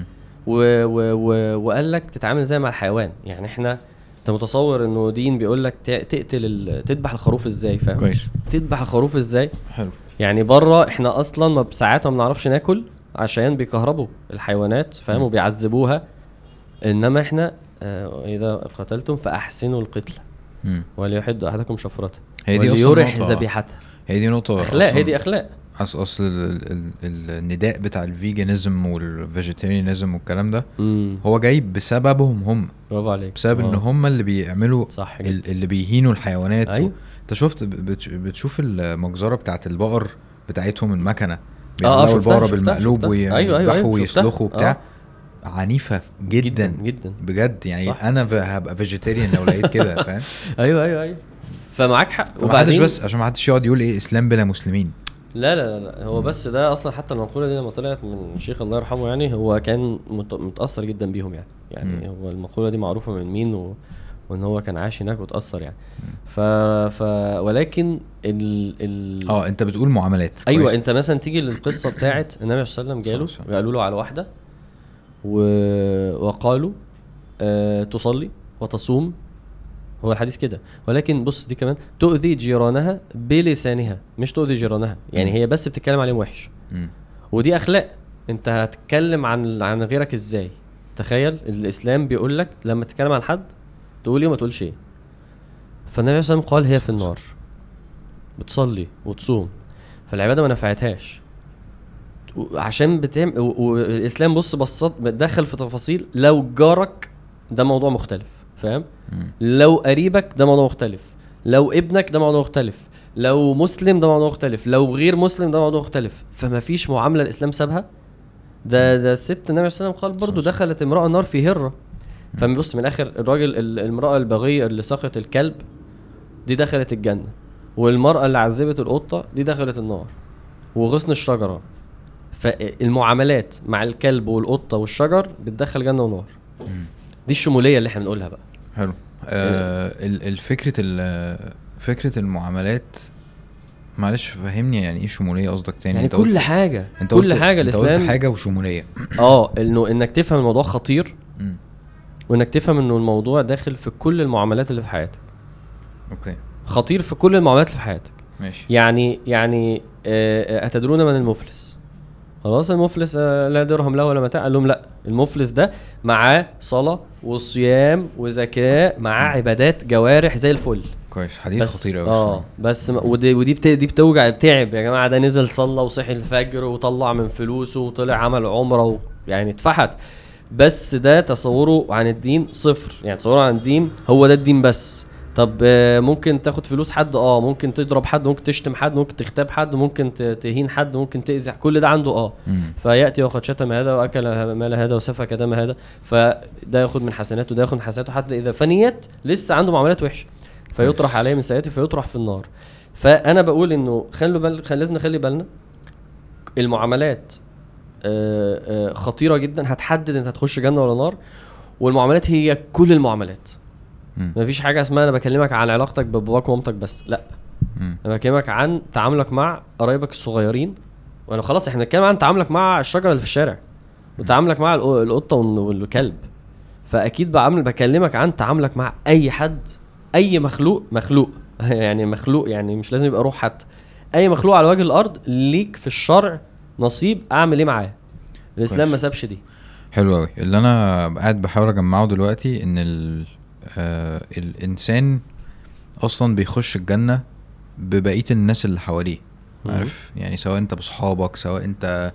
وقال لك تتعامل زي مع الحيوان. يعني احنا انت متصور انه دين بيقول لك تذبح الخروف ازاي؟ فاهم؟ كويس. تذبح الخروف ازاي؟ حلو. يعني بره احنا اصلا ما بساعات ما بنعرفش ناكل عشان بيكهربوا الحيوانات، فاهم؟ وبيعذبوها. انما احنا اذا قتلتم فاحسنوا القتل وليحد احدكم شفرته وليرح ذبيحته. هي دي نقطه اخلاق. هي دي اخلاق. اصل النداء بتاع الفيجانيزم والفيجيتيريانيزم والكلام ده هو جاي بسببهم هم. برافو عليك. بسبب ان هم اللي بيعملوا اللي بيهينوا الحيوانات. أيوه. انت شفت بتشوف المجزره بتاعت البقر بتاعتهم، المكنه بيعملوا البقره بالمقلوب ويذبحوا ويسلخوا بتاع عنيفه جدا جدا بجد. يعني صح. انا هبقى فيجيتيريان لو لقيت كده، فاهم؟ ايوه فمعاك حق. وبعدين بس عشان ما حدش يقعد يقول ايه اسلام بلا مسلمين. لا هو بس ده اصلا حتى المقوله دي لما طلعت من الشيخ الله يرحمه، يعني هو كان متاثر جدا بيهم. يعني هو المقوله دي معروفه من مين وان هو كان عايش هناك وتاثر يعني. ولكن انت بتقول معاملات. ايوه كويس. انت مثلا تيجي للقصه بتاعت النبي صلى الله عليه وسلم، جاله قالوا له على واحده وقالوا تصلي وتصوم. هو الحديث كده، ولكن بص دي كمان تؤذي جيرانها بلسانها، مش تؤذي جيرانها. يعني هي بس بتتكلم عليهم وحش. ودي اخلاق. انت هتتكلم عن غيرك ازاي؟ تخيل الاسلام بيقول لك لما تتكلم عن حد تقول ايه وما تقولش ايه. فالنبي صلى الله عليه وسلم قال هي في النار بتصلي وتصوم، فالعباده ما نفعتهاش عشان بتعمل. والاسلام بصات بتدخل في تفاصيل. لو جارك ده موضوع مختلف، فاهم؟ لو قريبك ده موضوع مختلف، لو ابنك ده موضوع مختلف، لو مسلم ده موضوع مختلف، لو غير مسلم ده موضوع مختلف. فما فيش معامله الاسلام سابها. ده الست النبي صلى الله عليه وسلم قال برضو دخلت امراه النار في هره. فبص من الاخر الراجل المراه البغيه اللي سقط الكلب دي دخلت الجنه، والمراه اللي عذبت القطه دي دخلت النار، وغصن الشجره. فالمعاملات مع الكلب والقطه والشجر بتدخل جنه ونار. دي الشموليه اللي احنا بنقولها بقى. حلو. فكره المعاملات، معلش فهمني يعني ايه شموليه قصدك تاني؟ يعني كل حاجه، كل حاجه الاسلام. انت قلت حاجه وشموليه. انك تفهم الموضوع خطير، وانك تفهم انه الموضوع داخل في كل المعاملات اللي في حياتك. اوكي. خطير في كل المعاملات اللي في حياتك. ماشي. يعني اتدرون من المفلس؟ خلاص المفلس لا درهم له ولا متاع. قال لهم لا، المفلس ده معاه صلاة وصيام وزكاة، معاه عبادات جوارح زي الفل. كويس. حديث خطير قوي. بس ودي بتوجع، بتعب يا جماعه. ده نزل صلى وصحي الفجر وطلع من فلوسه وطلع عمل عمره يعني اتفحت، بس ده تصوره عن الدين صفر. يعني تصوره عن الدين هو ده الدين بس. طب ممكن تاخد فلوس حد، ممكن تضرب حد، ممكن تشتم حد، ممكن تغتاب حد، ممكن تهين حد، ممكن تأذي، كل ده عنده فيأتي وقد شتم هذا واكل مال هذا وسفك دم هذا، فده ياخد من حسناته وده ياخد من حسناته، حتى اذا فنيت لسه عنده معاملات وحشه فيطرح عليه من سيئاته فيطرح في النار. فانا بقول انه لازم نخلي بالنا. المعاملات خطيره جدا، هتحدد انت هتخش جنه ولا نار. والمعاملات هي كل المعاملات. مفيش حاجه اسمها انا بكلمك عن علاقتك بباباك ومامتك بس، لا. انا بكلمك عن تعاملك مع قرايبك الصغيرين. وانا خلاص احنا بنتكلم عن تعاملك مع الشجره اللي في الشارع وتعاملك مع القطه والكلب. فاكيد بكلمك عن تعاملك مع اي حد، اي مخلوق يعني مخلوق، يعني مش لازم يبقى روح حتى. اي مخلوق على وجه الارض ليك في الشرع نصيب اعمل ايه معاه. الاسلام ما سابش دي. حلو قوي. اللي انا قاعد بحاول اجمعه دلوقتي ان الانسان اصلا بيخش الجنه ببقيه الناس اللي حواليه، عارف يعني، سواء انت بصحابك، سواء انت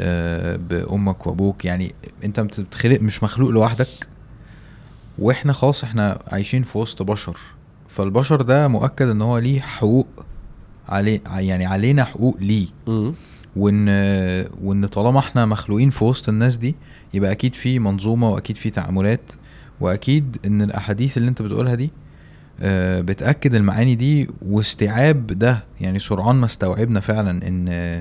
بامك وابوك. يعني انت بتتخلق، مش مخلوق لوحدك. واحنا خلاص احنا عايشين في وسط بشر، فالبشر ده مؤكد ان هو ليه حقوق عليه، يعني علينا حقوق ليه. وان طالما احنا مخلوقين في وسط الناس دي، يبقى اكيد في منظومه واكيد في تعاملات، واكيد ان الاحاديث اللي انت بتقولها دي بتاكد المعاني دي واستيعاب ده. يعني سرعان ما استوعبنا فعلا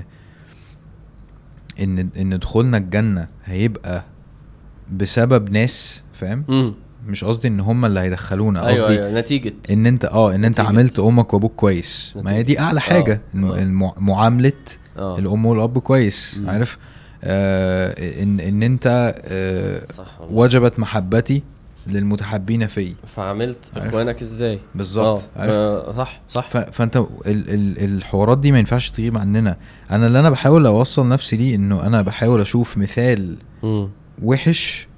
ان دخولنا الجنه هيبقى بسبب ناس، فاهم؟ مش قصدي ان هم اللي هيدخلونا، قصدي أيوة نتيجة ان انت انت عملت امك وابوك كويس. ما هي دي اعلى حاجه. معامله الام والاب كويس. عارف ان انت وجبت محبتي للمتحبين فيه، فعملت اخوانك ازاي بالظبط. صح. فانت الحوارات دي ما ينفعش تغيب عننا. انا اللي انا بحاول اوصل نفسي ليه انه انا بحاول اشوف مثال وحش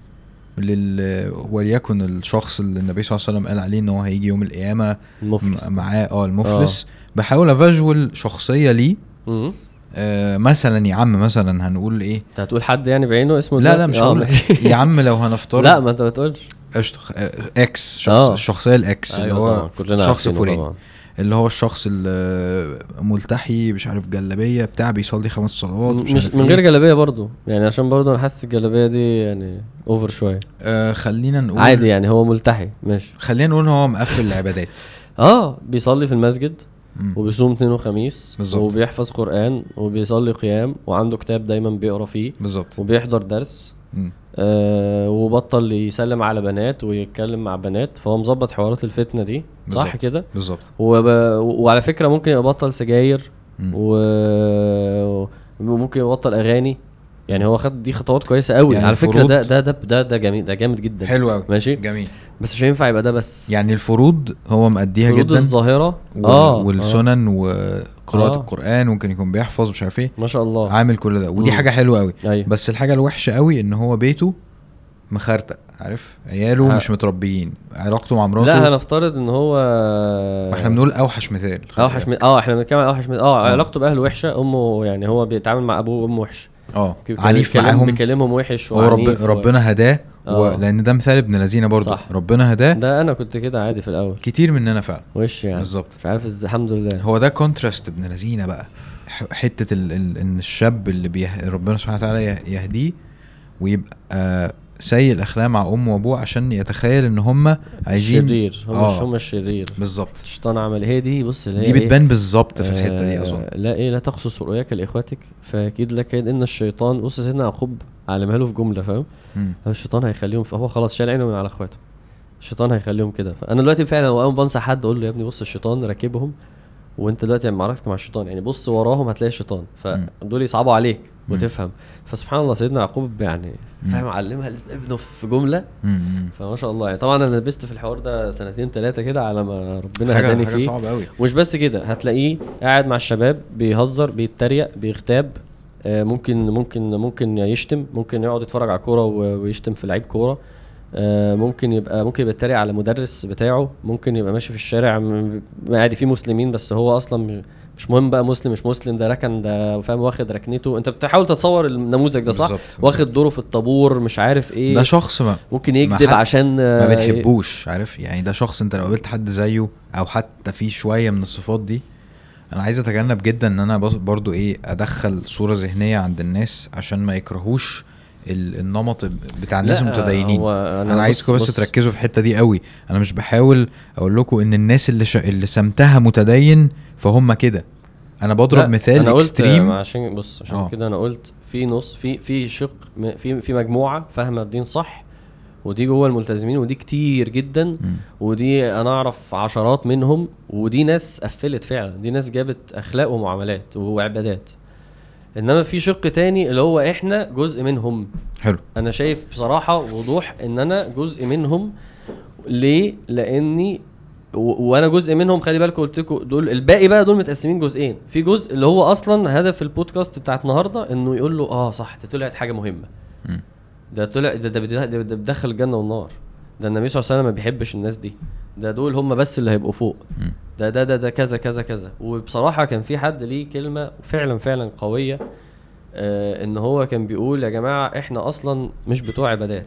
وليكن الشخص اللي النبي صلى الله عليه وسلم قال عليه انه هيجي يوم القيامه معاه المفلس. بحاول افجول شخصيه ليه. مثلا يا عم، مثلا هنقول ايه؟ انت هتقول حد يعني بعينه اسمه؟ لا مش هقول يا عم. لو هنفترض لا ما انت بتقولش قشطه اكس شخص. الشخصيه الاكس اللي هو شخص فلاني، اللي هو الشخص الملتحي، مش عارف جلابيه بتاع، بيصلي 5 صلوات، مش من غير جلابيه برضو يعني، عشان برضو انا حاسس الجلابيه دي يعني اوفر شويه. خلينا نقول عادي يعني هو ملتحي ماشي. خلينا نقول هو مقفل العبادات. بيصلي في المسجد وبيصوم 2 وخميس وبيحفظ قرآن وبيصلي قيام وعنده كتاب دايما بيقرا فيه بالظبط، وبيحضر درس وبطل يسلم على بنات ويتكلم مع بنات. فهو مظبط حوارات الفتنة دي بالزبط. صح كده بالظبط. وعلى فكرة ممكن يبطل سجاير وممكن يبطل اغاني. يعني هو خد دي خطوات كويسه قوي يعني على فكره. ده جميل، ده جامد جدا، حلو قوي، ماشي جميل. بس مش هينفع يبقى ده بس. يعني الفروض هو مأديها جدا، الظاهره والسنن وقراءه القرآن، ممكن يكون بيحفظ مش عارف ايه، ما شاء الله، عامل كل ده. ودي حاجه حلوه قوي. أيوه. بس الحاجه الوحشه قوي ان هو بيته مخرتق، عارف، عياله مش متربيين، علاقته مع مراته. لا هنفترض ان هو احنا بنقول اوحش مثال، احنا بنتكلم اوحش مثال. علاقته باهله وحشه. امه يعني هو بيتعامل مع ابوه وامه وحش، عنيف معاهم، بيكلمهم وحش ربنا هداه. لان ده مثال ابن لذينه برضه، ربنا هداه. ده انا كنت كده عادي في الاول، كتير مننا فعلا وش يعني بالظبط. مش عارف ازاي، الحمد لله. هو ده كونتراست ابن لذينه بقى، حته ان الشاب اللي ربنا سبحانه وتعالى يهديه ويبقى سيء الاخلاق مع امه وابوه عشان يتخيل ان هم عايزين شرير. هم الشرير بالظبط. الشيطان عمل هي دي. بص دي بتبان بالظبط في الحته دي اظن. لا تقصص رؤياك لاخواتك فاكيد لك ان الشيطان. بص سيدنا يعقوب علمها له في جمله فاهم. الشيطان هيخليهم فهو خلاص شال عينه من على اخواته. الشيطان هيخليهم كده. فانا دلوقتي فعلا وانا بنصح حد اقول له يا ابني بص الشيطان راكبهم وانت دلوقتي معركتك مع الشيطان يعني بص وراهم هتلاقي الشيطان فدول يصعبوا عليك وتفهم. فسبحان الله سيدنا يعقوب يعني فاهم علمها لابنه في جمله. فما شاء الله يعني. طبعا انا لبست في الحوار ده 2-3 كده على ما ربنا هداني فيه. صعب قوي. ومش بس كده هتلاقيه قاعد مع الشباب بيهزر بيتريق بيغتاب. ممكن يشتم. ممكن يقعد يتفرج على كوره ويشتم في لعيب كوره. ممكن يبقى يتريق على مدرس بتاعه. ممكن يبقى ماشي في الشارع عادي في مسلمين بس هو اصلا مش مهم بقى مسلم مش مسلم ده ركن ده فاهم واخد ركنته. انت بتحاول تتصور النموذج ده صح بالزبط. واخد دوره في الطابور مش عارف ايه. ده شخص ممكن يكذب عشان ما بنحبوش عارف يعني. ده شخص انت لو قابلت حد زيه او حتى فيه شويه من الصفات دي انا عايز اتجنب جدا ان انا برضو ادخل صوره ذهنيه عند الناس عشان ما يكرهوش النمط بتاع الناس المتدينين. انا عايزكم بس تركزوا في الحته دي قوي. انا مش بحاول اقول لكم ان الناس اللي سمتها متدين فهم كده. انا بضرب مثال اكستريم عشان كده انا قلت في نص في شق في مجموعه فاهمه الدين صح ودي جوه الملتزمين ودي كتير جدا. ودي انا اعرف عشرات منهم ودي ناس قفلت فعلا. دي ناس جابت اخلاق ومعاملات وعبادات. انما في شق تاني اللي هو احنا جزء منهم. حلو. انا شايف بصراحه وضوح ان انا جزء منهم. ليه؟ لاني وانا جزء منهم. خلي بالكم قلت لكم دول الباقي بقى دول متقسمين جزئين. في جزء اللي هو اصلا هدف البودكاست بتاعت النهارده انه يقول له صح ده طلعت حاجه مهمه. ده طلع ده بيدخل الجنه والنار. ده النبي صلى الله عليه وسلم ما بيحبش الناس دي. ده دول هم بس اللي هيبقوا فوق. ده كذا كذا كذا. وبصراحه كان في حد ليه كلمه فعلا قويه. ان هو كان بيقول يا جماعه احنا اصلا مش بتوع عبادات.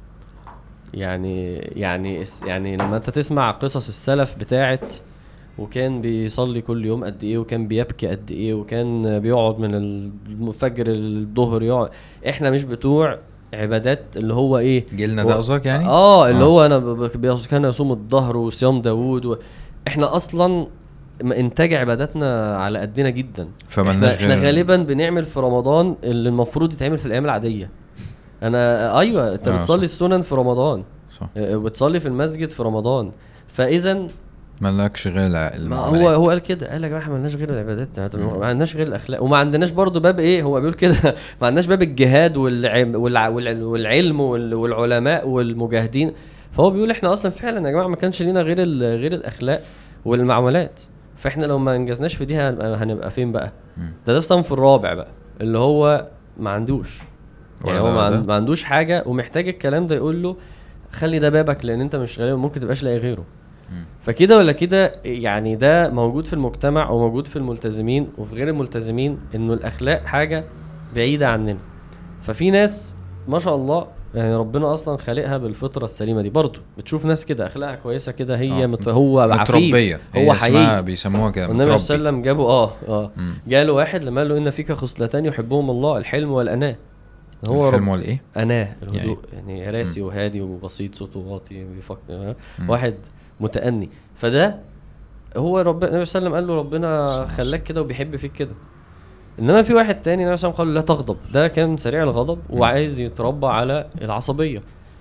يعني لما انت تسمع قصص السلف بتاعت وكان بيصلي كل يوم قد ايه وكان بيبكي قد ايه وكان بيقعد من الفجر الظهر يقعد. احنا مش بتوع عبادات اللي هو ايه جيلنا ده قصدك يعني اللي هو انا كان يصوم الظهر وصيام داوود احنا اصلا انتاج عباداتنا على قدنا جدا. احنا غالبا بنعمل في رمضان اللي المفروض يتعمل في الايام العاديه. انا ايوه انت بتصلي السنن في رمضان صح. وبتصلي في المسجد في رمضان. فاذا مالكش غير هو قال كده. قال يا جماعه ما عندناش غير العبادات. ما عندناش غير الاخلاق وما عندناش برضو باب ايه هو بيقول كده ما عندناش باب الجهاد والعلم والعلماء والمجاهدين. فهو بيقول احنا اصلا فعلا يا جماعه ما كانش لينا غير الاخلاق والمعاملات. فاحنا لو ما انجزناش في دي هنبقى فين بقى. ده الصنف الرابع بقى اللي هو ما عندوش يعني هو ما عندوش حاجه ومحتاج الكلام ده يقول له خلي ده بابك لان انت مش غالبا ممكن تبقاش لاقي غيره. فكده ولا كده يعني ده موجود في المجتمع وموجود في الملتزمين وفي غير الملتزمين انه الاخلاق حاجه بعيده عننا. ففي ناس ما شاء الله يعني ربنا اصلا خالقها بالفطره السليمه دي. برضو بتشوف ناس كده اخلاقها كويسه كده هي هو عفيف هو حقيقي بيسموها كده. النبي صلى الله عليه وسلم جابوا جاله واحد لما قال له ان فيك خصلتان يحبهم الله الحلم والاناه. هو الحلم والايه اناه الهدوء يعني راسي وهادي وبسيط صوته واطي بيفكر واحد متأني. فده هو ربنا النبي صلى الله عليه وسلم قال له ربنا خلاك كده وبيحب فيك كده. انما في واحد تاني النبي صلى الله عليه وسلم قال لا تغضب. ده كان سريع الغضب وعايز يتربى على العصبيه.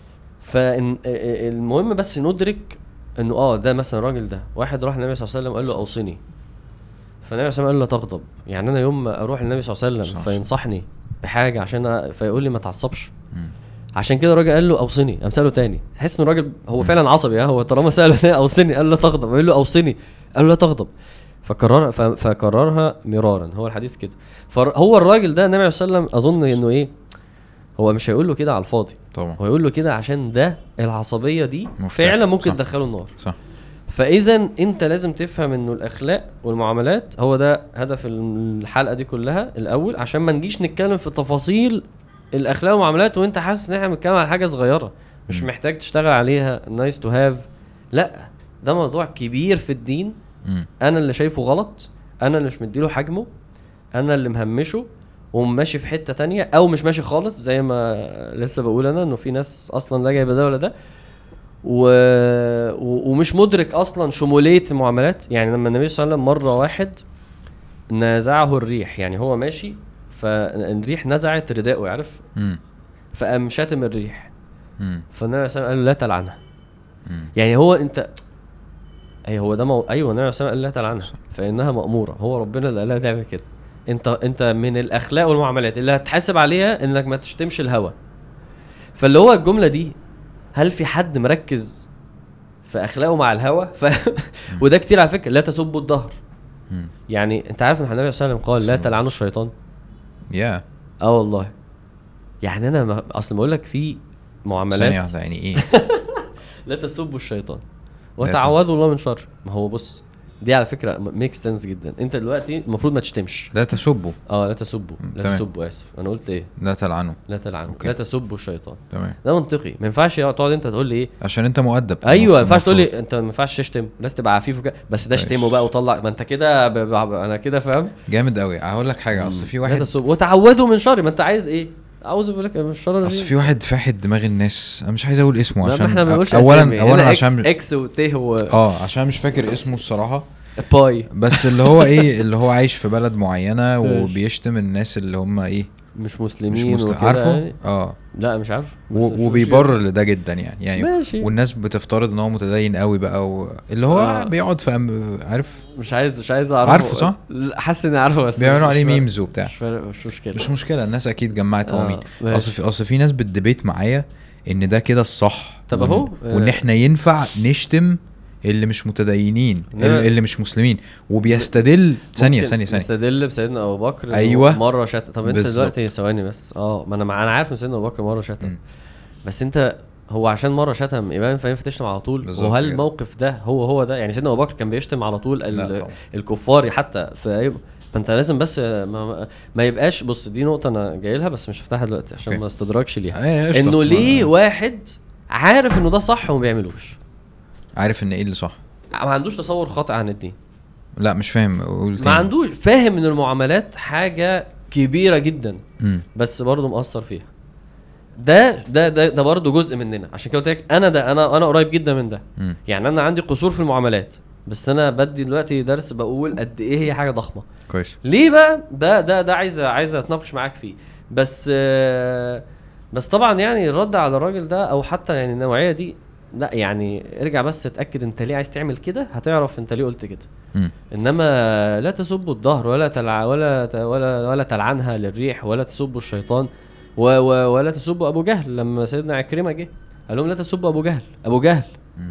فالمهم بس ندرك انه ده مثلا الراجل ده واحد راح النبي صلى الله عليه وسلم قال له اوصني. فالنبي صلى الله عليه وسلم قال له لا تغضب. يعني انا يوم ما اروح للنبي صلى الله عليه وسلم فينصحني بحاجه عشان فيقول لي ما تعصبش. عشان كده الراجل قال له اوصني. امثاله تاني تحس ان الراجل هو فعلا عصبي. هو طالما ساله تاني اوصني قال له تغضب. قال له اوصني قال له لا تغضب. فكررها مرارا. هو الحديث كده. فهو الراجل ده النبي صلى الله عليه وسلم اظن انه هو مش هيقول له كده على الفاضي طبعا. هو يقول له كده عشان ده العصبيه دي فعلا ممكن تدخله النار صح. فاذا انت لازم تفهم انه الاخلاق والمعاملات هو ده هدف الحلقه دي كلها الاول عشان ما نجيش نتكلم في تفاصيل الاخلاق والمعاملات وانت حاسس ان احنا بنتكلم على حاجه صغيره مش محتاج تشتغل عليها نايس تو هاف. لا ده موضوع كبير في الدين. انا اللي شايفه غلط. انا اللي مش مديله حجمه. انا اللي مهمشه وماشي في حته تانية او مش ماشي خالص، زي ما لسه بقول انا انه في ناس اصلا لا جايبه ده ولا ده ومش مدرك اصلا شموليه المعاملات. يعني لما النبي صلى الله عليه وسلم مره واحد نزعه الريح، يعني هو ماشي فالريح نزعت رداءه يعرف، فقام شاتم الريح، فالنبي صلى الله عليه وسلم قال له لا تلعنها. يعني هو انت هو ده ايوه النبي صلى الله عليه وسلم قال لا تلعنها فانها مأموره، هو ربنا اللي قال لها تعمل كده. انت من الاخلاق والمعاملات اللي هتحاسب عليها انك ما تشتمش الهوى. فاللي هو الجمله دي، هل في حد مركز في اخلاقه مع الهوى؟ وده كتير على فكره. لا تسبوا الظهر، يعني انت عارف ان النبي صلى الله عليه وسلم قال لا تلعنوا الشيطان. والله يعني انا اصلا بقول لك في معاملات يعني ايه لا تسبوا الشيطان وتعوذوا الله من شر. ما هو بص دي على فكره ميك سنس جدا. انت دلوقتي المفروض ما تشتمش، لا تسبوا لا تسبوا، لا تسبوا، اسف انا قلت ايه، لا تلعنوا، لا تلعنوا، لا تسبوا الشيطان. تمام، ده منطقي. ما ينفعش تقعد انت تقول لي ايه عشان انت مؤدب. ايوه ما ينفعش تقول لي انت ما ينفعش تشتم، لازم تبقى عفيف وكده، بس ده شتمه بقى وطلع، ما انت كده انا كده فاهم جامد قوي. هقول لك حاجه، اصل في واحد وتعوذوا من شر، ما انت عايز ايه، اعوذ بالله من الشر. اصل في واحد فاحد دماغ الناس، انا مش عايز اقول اسمه عشان احنا ما بنقولش اولا عشان اكس وته عشان مش فاكر اسمه الصراحه باي، بس اللي هو ايه اللي هو عايش في بلد معينه وبيشتم الناس اللي هم ايه مش مسلمين عارفه يعني. لا مش عارف وبيبرر لده جدا يعني ماشي. والناس بتفترض ان هو متدين قوي بقى اللي هو بيقعد في عارف مش عايز اعرفه. عارفه صح، حاسس اني عارفه بس بيعملوا عليه ميمز وبتاع. مش مشكله الناس اكيد جمعت مين. اصل في ناس بتدبيت معايا ان ده كده الصح، طب اهو وان احنا ينفع نشتم اللي مش متدينين اللي مش مسلمين، وبيستدل ثانيه بيستدل بسيدنا ابو بكر أيوة. مره شتم. طب انت دلوقتي ثواني بس ما انا عارف ان سيدنا ابو بكر مره شتم بس انت هو عشان مره شتم يبقى ينفع تشتم على طول؟ وهل الموقف ده هو ده يعني سيدنا ابو بكر كان بيشتم على طول الكفار حتى في فانت لازم بس ما يبقاش. بص دي نقطه انا جاي لها بس مش هفتحها دلوقتي عشان ما استدركش ليها. انه ليه واحد عارف انه ده صح وما بيعملوش، عارف ان ايه اللي صح، ما عندوش تصور خاطئ عن الدين. لا مش فاهم، ما عندوش فاهم ان المعاملات حاجه كبيره جدا بس برضه مقصر فيها. ده برضه جزء مننا. عشان كده قلت لك انا قريب جدا من ده. يعني انا عندي قصور في المعاملات، بس انا بدي دلوقتي درس بقول قد ايه هي حاجه ضخمه. كويس. ليه بقى ده عايز اتناقش معاك فيه. بس طبعا يعني الرد على الراجل ده او حتى يعني النوعيه دي، لا يعني ارجع بس اتاكد انت ليه عايز تعمل كده، هتعرف انت ليه قلت كده. انما لا تسبوا الظهر ولا تلعنها للريح ولا تسبوا الشيطان ولا تسبوا ابو جهل. لما سيدنا عكرمه جه قال لهم لا تسبوا ابو جهل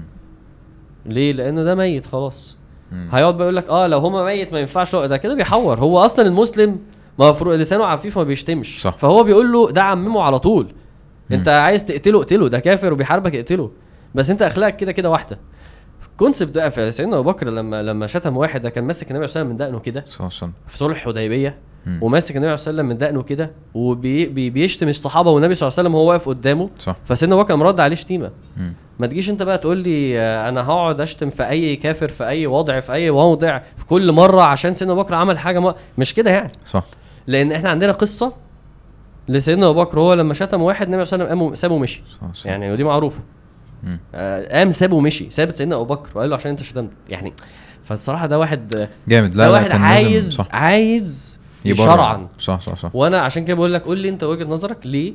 ليه؟ لانه ده ميت خلاص. هيقعد بيقول لك لو هما ميت ما ينفعش، ده كده بيحور. هو اصلا المسلم مفروض لسانه عفيف ما بيشتمش صح. فهو بيقول له ده عممه على طول. انت عايز تقتله اقتله، ده كافر وبيحاربك اقتله، بس انت اخلاقك كده واحده. الكونسبت ده في سيدنا ابو بكر لما شتم واحد، ده كان ماسك النبي صلى الله عليه وسلم من دقنه كده في صلح الحديبيه، وماسك النبي صلى الله عليه وسلم من دقنه كده وبيشتم الصحابه والنبي صلى الله عليه وسلم وهو واقف قدامه. فسيدنا ابو بكر مرد عليه شتيمه. ما تجيش انت بقى تقول لي انا هقعد اشتم في اي كافر في اي وضع في كل مره عشان سيدنا ابو بكر عمل حاجه مش كده يعني. صح. لان احنا عندنا قصه لسيدنا ابو بكر، هو لما شتم واحد النبي صلى الله عليه وسلم قام سابه ومشي. يعني ودي معروفه. قام سابه ومشي، سابت سيدنا ابو بكر وقال له عشان انت شتمت يعني. فالصراحه ده واحد جامد. لا واحد عايز شرعا. صح. وانا عشان كده بقول لك قول لي انت وجهه نظرك ليه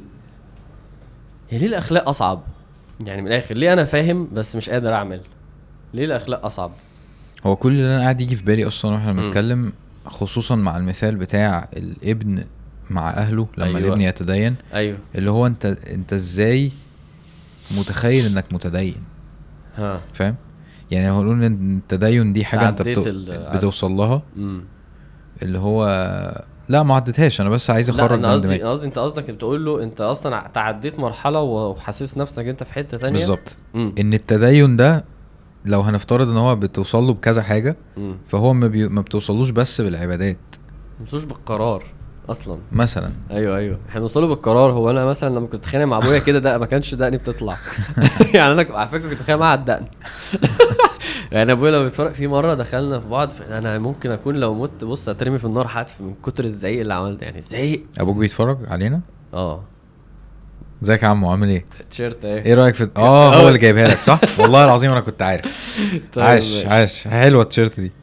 الاخلاق اصعب. يعني من الاخر ليه انا فاهم بس مش قادر اعمل؟ ليه الاخلاق اصعب؟ هو كل اللي انا قاعد يجي في بالي اصلا واحنا بنتكلم، خصوصا مع المثال بتاع الابن مع اهله لما الابن يتدين. اللي هو انت ازاي متخيل انك متدين؟ فاهم يعني؟ هو نقول ان التدين دي حاجه انت بتوصل لها. اللي هو لا ما عدتهاش، انا بس عايز اخرج من دماغي. قصدي انت قصدك بتقول له انت اصلا تعديت مرحله وحاسس نفسك انت في حته تانية بالظبط. ان التدين ده لو هنفترض ان هو بتوصل له بكذا حاجه، فهو ما بتوصلوش بس بالعبادات، ما بتوصلوش بالقرار اصلا مثلا. ايوه احنا بنوصله بالقرار. هو انا مثلا لما كنت اتخانق مع ابويا كده ده ما كانش دقني بتطلع يعني انا على فكره كنت اتخانق مع الدقن يعني ابويا لو بيتفرج في مره دخلنا في بعض انا ممكن اكون لو مت بص هترمي في النار حتف من كتر الزعيق اللي عملت. يعني زعيق. ابوك بيتفرج علينا؟ اه. ازيك يا عمو عامل ايه؟ التيشيرت ايه رايك في هو اللي جايبها لك صح؟ والله العظيم انا كنت عارف. عاش حلوه التيشيرت دي.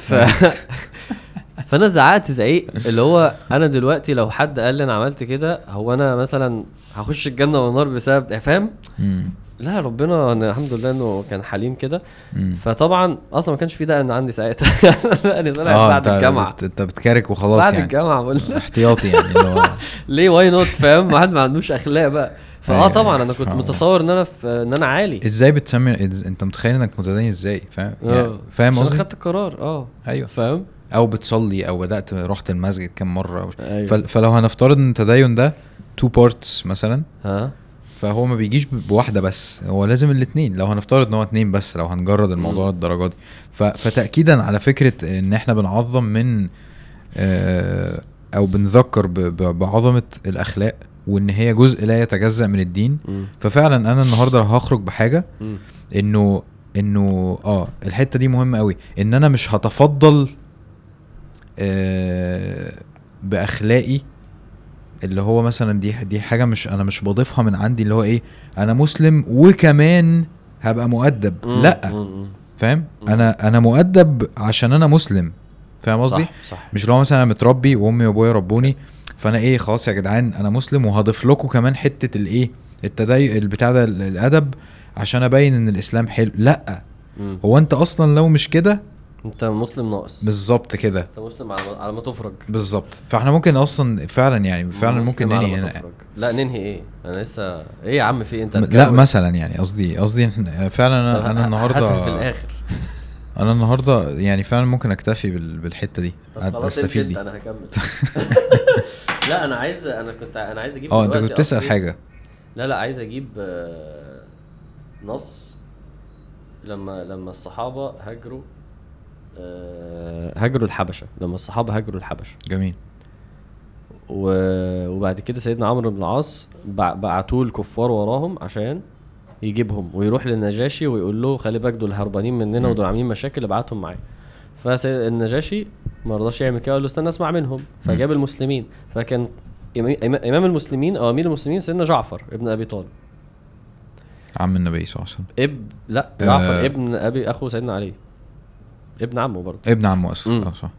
فانا زعقت زعيق اللي هو انا دلوقتي لو حد قال لي انا عملت كده هو انا مثلا هخش الجنه والنار بسبب فاهم. لا ربنا أنا الحمد لله انه كان حليم كده. فطبعا اصلا ما كانش في ده ان عندي ساعتها. انا طلعت بعد الجامعه. انت بتكارك وخلاص بعد يعني الجامعه بقول احتياطي يعني ليه واي نوت فاهم. واحد ما عندوش اخلاق بقى. طبعا انا كنت متصور ان انا عالي. ازاي بتسمي انت متخيل انك متدين ازاي فاهم يعني فاهم قصدي خدت القرار ايوه فاهم. او بتصلي او بدات رحت المسجد كم مره أيوة. فلو هنفترض ان التدين ده 2 parts مثلا فهو ما بيجيش بواحده بس هو لازم الاثنين. لو هنفترض ان هو 2 بس لو هنجرد الموضوع للدرجه دي فتاكيدا على فكره ان احنا بنعظم من او بنذكر بعظمه الاخلاق وان هي جزء لا يتجزأ من الدين. ففعلا انا النهارده هخرج بحاجه انه الحته دي مهمه قوي ان انا مش هتفضل باخلاقي اللي هو مثلا دي حاجه مش انا مش بضيفها من عندي اللي هو ايه انا مسلم وكمان هبقى مؤدب. لا فاهم انا مؤدب عشان انا مسلم فاهم قصدي. صح. مش لو مثلا انا متربي وامي وابويا ربوني فانا ايه خلاص يا جدعان انا مسلم وهضيف لكم كمان حته الايه التدين البتاع ده الادب عشان ابين ان الاسلام حلو. لا هو انت اصلا لو مش كده انت مسلم ناقص. بالظبط كده انت مسلم على ما تفرج بالظبط. فاحنا ممكن اصلا فعلا يعني فعلا ممكن ننهي هنا. لا ننهي ايه انا لسه ايه يا عم في انت لا مثلا يعني قصدي فعلا انا النهارده في الاخر انا النهارده يعني فعلا ممكن اكتفي بالحته دي استفيد دي. انا هكمل. لا انا عايز اجيب انت كنت تسأل حاجه. لا عايز اجيب نص لما الصحابه هاجروا الحبشه. لما الصحابه هاجروا الحبشه جميل. وبعد كده سيدنا عمرو بن العاص بعتوا الكفار وراهم عشان يجيبهم ويروح للنجاشي ويقول له خلي بالك دول هربانين مننا ودول عاملين مشاكل ابعتهم معايا. فالنجاشي ما رضاش يعمل كده قال له استنى اسمع منهم. فجاب المسلمين. فكان امام المسلمين او امير المسلمين سيدنا جعفر ابن ابي طالب عم النبي صلى الله عليه وسلم. لا جعفر ابن ابي اخو سيدنا علي ابن عمه برضه ابن عمه اصلا صح.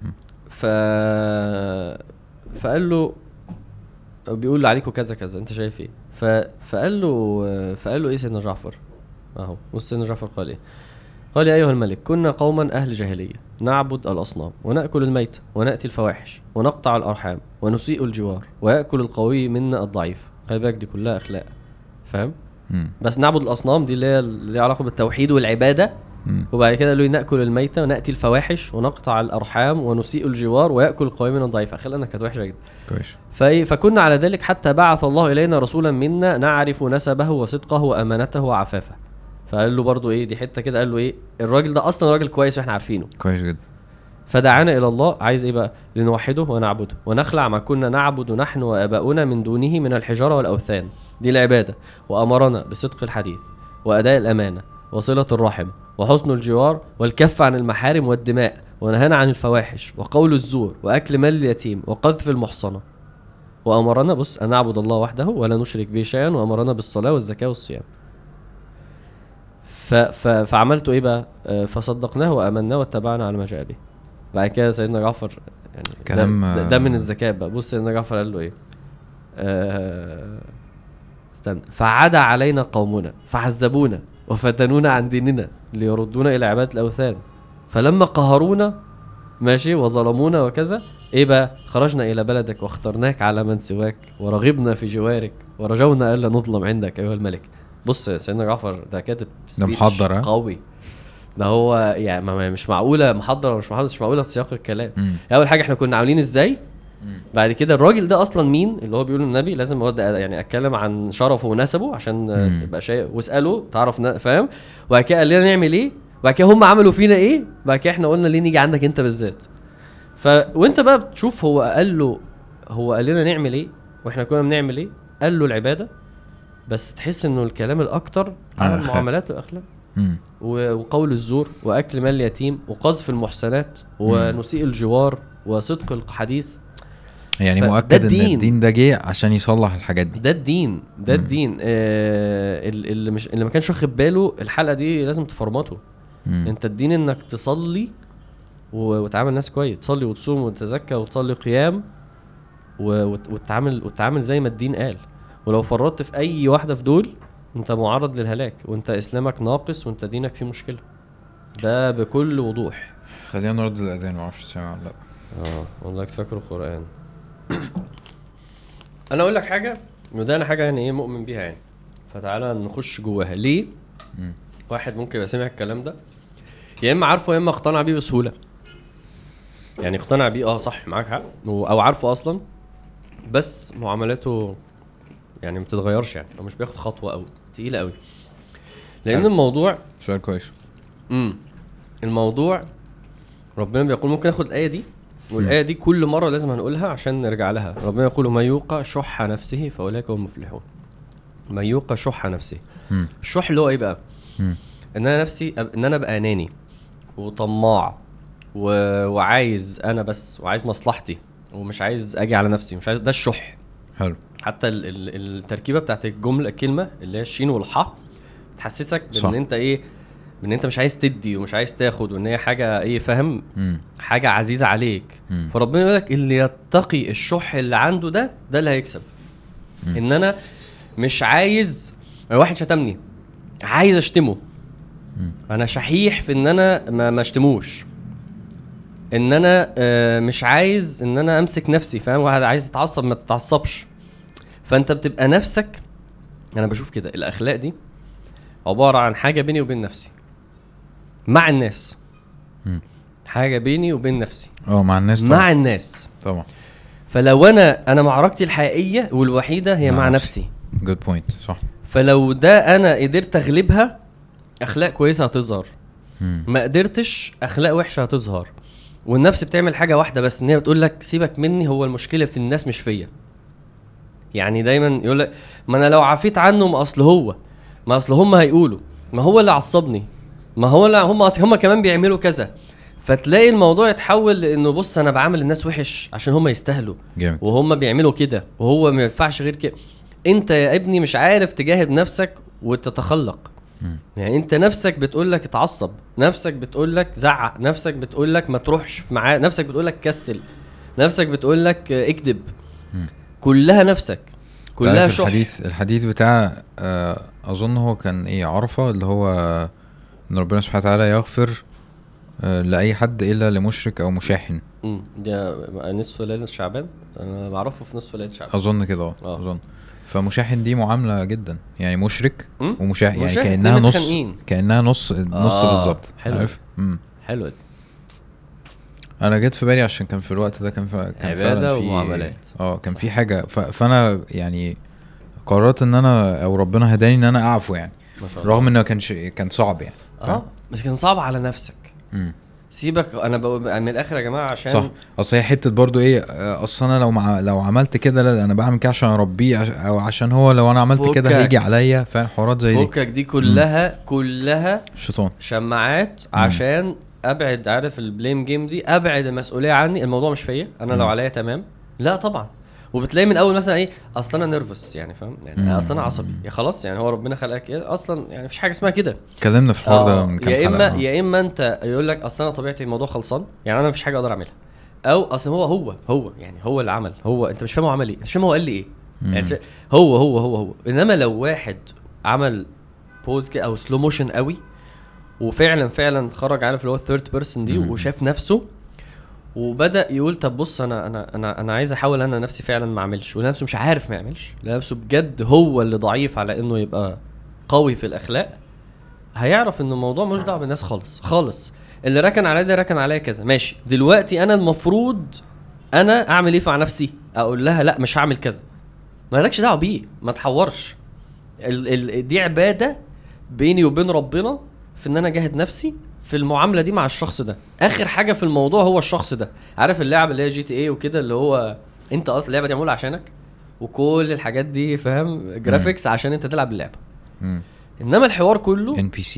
فقال له بيقول له عليكم كذا كذا انت شايف ايه. فقال له ايه سيدنا جعفر اهو. سيدنا جعفر قال ايه. قال يا ايها الملك كنا قوما اهل جاهليه نعبد الاصنام وناكل الميت وناتي الفواحش ونقطع الارحام ونسيء الجوار وياكل القوي منا الضعيف. خلي بالك دي كلها اخلاق فاهم. بس نعبد الاصنام دي اللي علاقه بالتوحيد والعباده. وبعد كده قال له ناكل الميت وناتي الفواحش ونقطع الارحام ونسيء الجوار وياكل القوي منا الضعيف. اخلاقنا كانت وحشه جدا كويس. فكنا على ذلك حتى بعث الله الينا رسولا منا نعرف نسبه وصدقه وامانته وعفافه. فقال له برضو ايه دي حته كده. قال له ايه الراجل ده اصلا راجل كويس واحنا عارفينه كويس جدا. فدعانا الى الله. عايز ايه بقى لنوحده ونعبده ونخلع ما كنا نعبد نحن واباؤنا من دونه من الحجاره والاوثان. دي العباده. وامرنا بصدق الحديث واداء الامانه وصله الرحم وحسن الجوار والكف عن المحارم والدماء ونهانا عن الفواحش وقول الزور واكل مال اليتيم وقذف المحصنه. وامرنا بص ان نعبد الله وحده ولا نشرك به شيئا وامرنا بالصلاه والزكاه والصيام. فعملتوا ايه بقى فصدقناه وامناه واتبعنا على ما جاء به. بعد كده سيدنا جعفر يعني كلام ده من الذكاء بقى. بص سيدنا جعفر قال له ايه استنى. فعاد علينا قومنا فعذبونا وفتنونا عن ديننا ليردونا الى عباده الاوثان فلما قهرونا ماشي وظلمونا وكذا ايه بقى خرجنا الى بلدك واخترناك على من سواك ورغبنا في جوارك ورجونا الا نظلم عندك ايها الملك. بص سيدنا جعفر ده كاتب ده محضر قوي. ده هو يعني مش معقوله محضر مش معقوله سياق الكلام. اول حاجه احنا كنا عاملين ازاي. بعد كده الراجل ده اصلا مين اللي هو بيقول النبي لازم اود يعني اتكلم عن شرفه ونسبه عشان تبقى شيء واساله تعرف فاهم. وبعد كده قال لنا نعمل ايه. بعد كده هم عملوا فينا ايه. بعد كده احنا قلنا ليه نيجي عندك انت بالذات. وانت بقى بتشوف هو قال لنا نعمل ايه واحنا كنا بنعمل ايه. قال له العباده بس تحس انه الكلام الاكتر عن المعاملات والاخلاق. وقول الزور واكل مال اليتيم وقذف المحسنات ونسيء الجوار وصدق الحديث. يعني مؤكد ان الدين ده جه عشان يصلح الحاجات دي. ده الدين اللي ما كانش واخد باله الحلقه دي لازم تفرمته. انت الدين انك تصلي وتعامل الناس كويس، تصلي وتصوم وتتزكى وتصلي قيام وتعامل زي ما الدين قال. ولو فرطت في اي واحده في دول انت معرض للهلاك، وانت اسلامك ناقص وانت دينك فيه مشكله. ده بكل وضوح. خلينا نرد الاذان، ما اعرفش سامع ولا لا. والله فاكر القران. انا اقول لك حاجه، وده انا حاجه يعني ايه مؤمن بيها يعني، فتعالى نخش جواها. ليه واحد ممكن يبقى سمع الكلام ده يا اما عارفه يا اما اقتنع بيه بسهوله. يعني اقتنع بيه صح معاك حق، او عارفه اصلا بس معاملاته يعني ما بتتغيرش، يعني او مش بياخد خطوه او تقيله قوي. لان الموضوع سؤال كويس. الموضوع ربنا بيقول، ممكن اخد الايه دي والايه دي كل مره لازم هنقولها عشان نرجع لها. ربنا يقول ما يوقع شح نفسه فاولئك هم المفلحون. ما يوقع شح نفسه. الشح اللي هو ايه بقى؟ ان انا نفسي ان انا ابقى اناني وطماع وعايز انا بس، وعايز مصلحتي ومش عايز اجي على نفسي، مش عايز. ده الشح. حلو. حتى التركيبه بتاعت الجمله الكلمه اللي هي الشين والحاء تحسسك بان انت ايه، ان انت مش عايز تدي ومش عايز تاخد، وان هي حاجه ايه، فاهم؟ حاجه عزيزه عليك. فربنا يقول لك اللي يتقي الشح اللي عنده ده اللي هيكسب. ان انا مش عايز واحد شتمني عايز اشتمه، انا شحيح في ان انا ما اشتموش. ان انا مش عايز ان انا امسك نفسي، فاهم؟ واحد عايز يتعصب ما تتعصبش. فانت بتبقى نفسك. انا بشوف كده الاخلاق دي عباره عن حاجه بيني وبين نفسي مع الناس. حاجه بيني وبين نفسي مع الناس طبعا. مع الناس طبعا. فلو انا معركتي الحقيقيه والوحيده هي مع نفسي. جود بوينت. صح. فلو ده انا قدرت اغلبها اخلاق كويسه هتظهر. ما قدرتش اخلاق وحشه هتظهر. والنفس بتعمل حاجه واحده بس، ان هي بتقول لك سيبك مني، هو المشكله في الناس مش فيا. يعني دايما يقول لك ما انا لو عفيت عنه ما اصل هم هيقولوا ما هو اللي عصبني، ما هو لا هم كمان بيعملوا كذا. فتلاقي الموضوع يتحول لانه بص انا بعامل الناس وحش عشان هم يستاهلوا جميل. وهم بيعملوا كده وهو ما ينفعش غير كده. انت يا ابني مش عارف تجاهد نفسك وتتخلق. يعني انت نفسك بتقولك اتعصب، نفسك بتقولك زعق، نفسك بتقولك ما تروحش معاه، نفسك بتقولك كسل، نفسك بتقولك اكذب. كلها نفسك، كلها شح. الحديث بتاع اظن هو كان ايه، عرفة، اللي هو ان ربنا سبحانه وتعالى يغفر لاي حد الا لمشرك او مشاحن. ده نصف ليله شعبان، انا بعرفه في نصف ليله شعبان اظن كده. اظن فمشاحن دي معامله جدا، يعني مشرك ومشاحن، يعني كانها نص بالظبط. عارف. حلو. انا جيت في بالي عشان كان في الوقت ده كان عباده ومعاملات. كان في حاجه فانا يعني قررت ان انا او ربنا هداني ان انا اعفو يعني، رغم انه كان صعب يعني. بس كان صعب على نفسك. سيبك انا من الاخر يا جماعه عشان صح. اصل هي حته برضو ايه، اصل انا لو عملت كده لا انا بعمل كده عشان اربيه او عشان هو لو انا عملت كده هيجي عليا، فاهم؟ حوارات زي دي فكك دي كلها شيطان شماعات عشان ابعد. عارف البليم جيم دي، ابعد المسؤوليه عني. الموضوع مش فيا انا، لو عليا تمام. لا طبعا. وبتلاقي من اول مثلا ايه، اصلا انا نيرفس يعني، فاهم؟ يعني اصلا انا عصبي. يا خلاص يعني هو ربنا خلقك ايه اصلا، يعني مفيش حاجه اسمها كده. اتكلمنا في الحوار ده من كام حلقه. يا اما انت يقول لك اصلا انا طبيعتي الموضوع خلصان، يعني انا مفيش حاجه اقدر اعملها. او اصلا هو يعني هو اللي عمل، هو انت مش فاهم هو عمل ايه، انت مش فاهم هو قال لي ايه. يعني هو انما لو واحد عمل بوز كده او سلو موشن قوي وفعلا خرج، عارف اللي هو الثيرد بيرسون دي، وشاف نفسه وبدأ يقول طب بص انا عايز احاول انا نفسي فعلا ما اعملش، ونفسه مش عارف ما يعملش، نفسه بجد هو اللي ضعيف على انه يبقى قوي في الاخلاق. هيعرف ان الموضوع مش دعوه بالناس خالص. اللي ركن عليا ده ركن عليا كذا، ماشي. دلوقتي انا المفروض انا اعمل ايه مع نفسي؟ اقول لها لا مش هعمل كذا، ما لكش دعوه بيه، ما تحورش. دي عباده بيني وبين ربنا، في ان انا اجاهد نفسي في المعامله دي مع الشخص ده. اخر حاجه في الموضوع هو الشخص ده. عارف اللعبه اللي هي GTA وكده، اللي هو انت اصلا اللعبه دي معموله عشانك، وكل الحاجات دي فاهم جرافيكس عشان انت تلعب اللعبه. انما الحوار كله NPC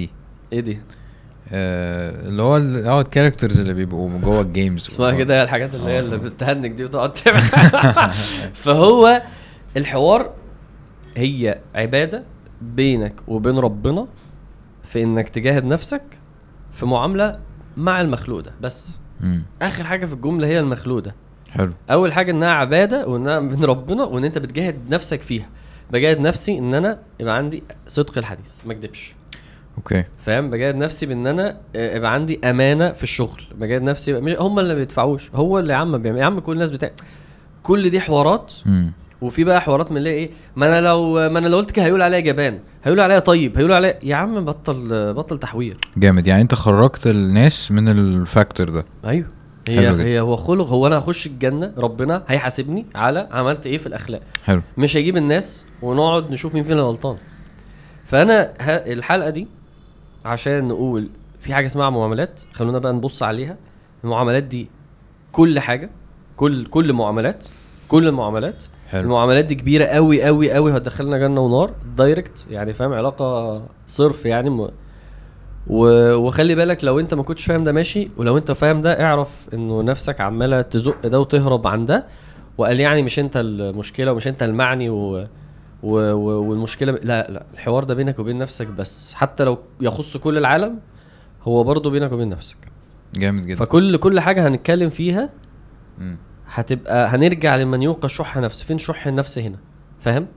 ايه دي؟ اللي هو الكاركترز اللي بيبقوا جوه الجيمز اسمها كده الحاجات اللي هي اللي بتهنج دي وتقعد تعمل. فهو الحوار هي عبادة بينك وبين ربنا في انك تجاهد نفسك في معاملة مع المخلوق ده بس. اخر حاجة في الجملة هي المخلوق ده. حلو. اول حاجة انها عبادة وانها بين ربنا وان انت بتجاهد نفسك فيها. بجاهد نفسي ان انا يبقى عندي صدق الحديث ما اكدبش. اوكي فاهم؟ بجاهد نفسي بان انا يبقى عندي امانة في الشغل. بجاهد نفسي هم اللي بيدفعوش هو اللي يا عم بيعمل. يا عم كل الناس كل دي حوارات. وفي بقى حوارات من اللي ايه ما انا لو قلت كده هيقول عليا جبان هيقولوا عليا طيب هيقولوا عليا يا عم بطل تحوير. جامد. يعني انت خرجت الناس من الفاكتور ده. ايوه هي هو خلق. هو انا هخش الجنة ربنا هيحاسبني على عملت ايه في الاخلاق. حلو. مش هيجيب الناس ونقعد نشوف مين فينا غلطان. فانا الحلقة دي عشان نقول في حاجة اسمها معاملات. خلونا بقى نبص عليها. المعاملات دي كل حاجة كل معاملات كل المعاملات. حلو. المعاملات دي كبيرة قوي قوي قوي هتدخلنا جنة ونار دايركت يعني. فاهم؟ علاقة صرف يعني. وخلي بالك لو انت ما كنتش فاهم ده ماشي. ولو انت فاهم ده اعرف انه نفسك عمالة تزق ده وتهرب عن ده. وقال يعني مش انت المشكلة ومش انت المعني والمشكلة لا الحوار ده بينك وبين نفسك بس. حتى لو يخص كل العالم هو برضو بينك وبين نفسك. جامد جدا. فكل حاجة هنتكلم فيها هتبقى هنرجع لمن يوقع شح نفس. فين شح النفس هنا؟ فاهم؟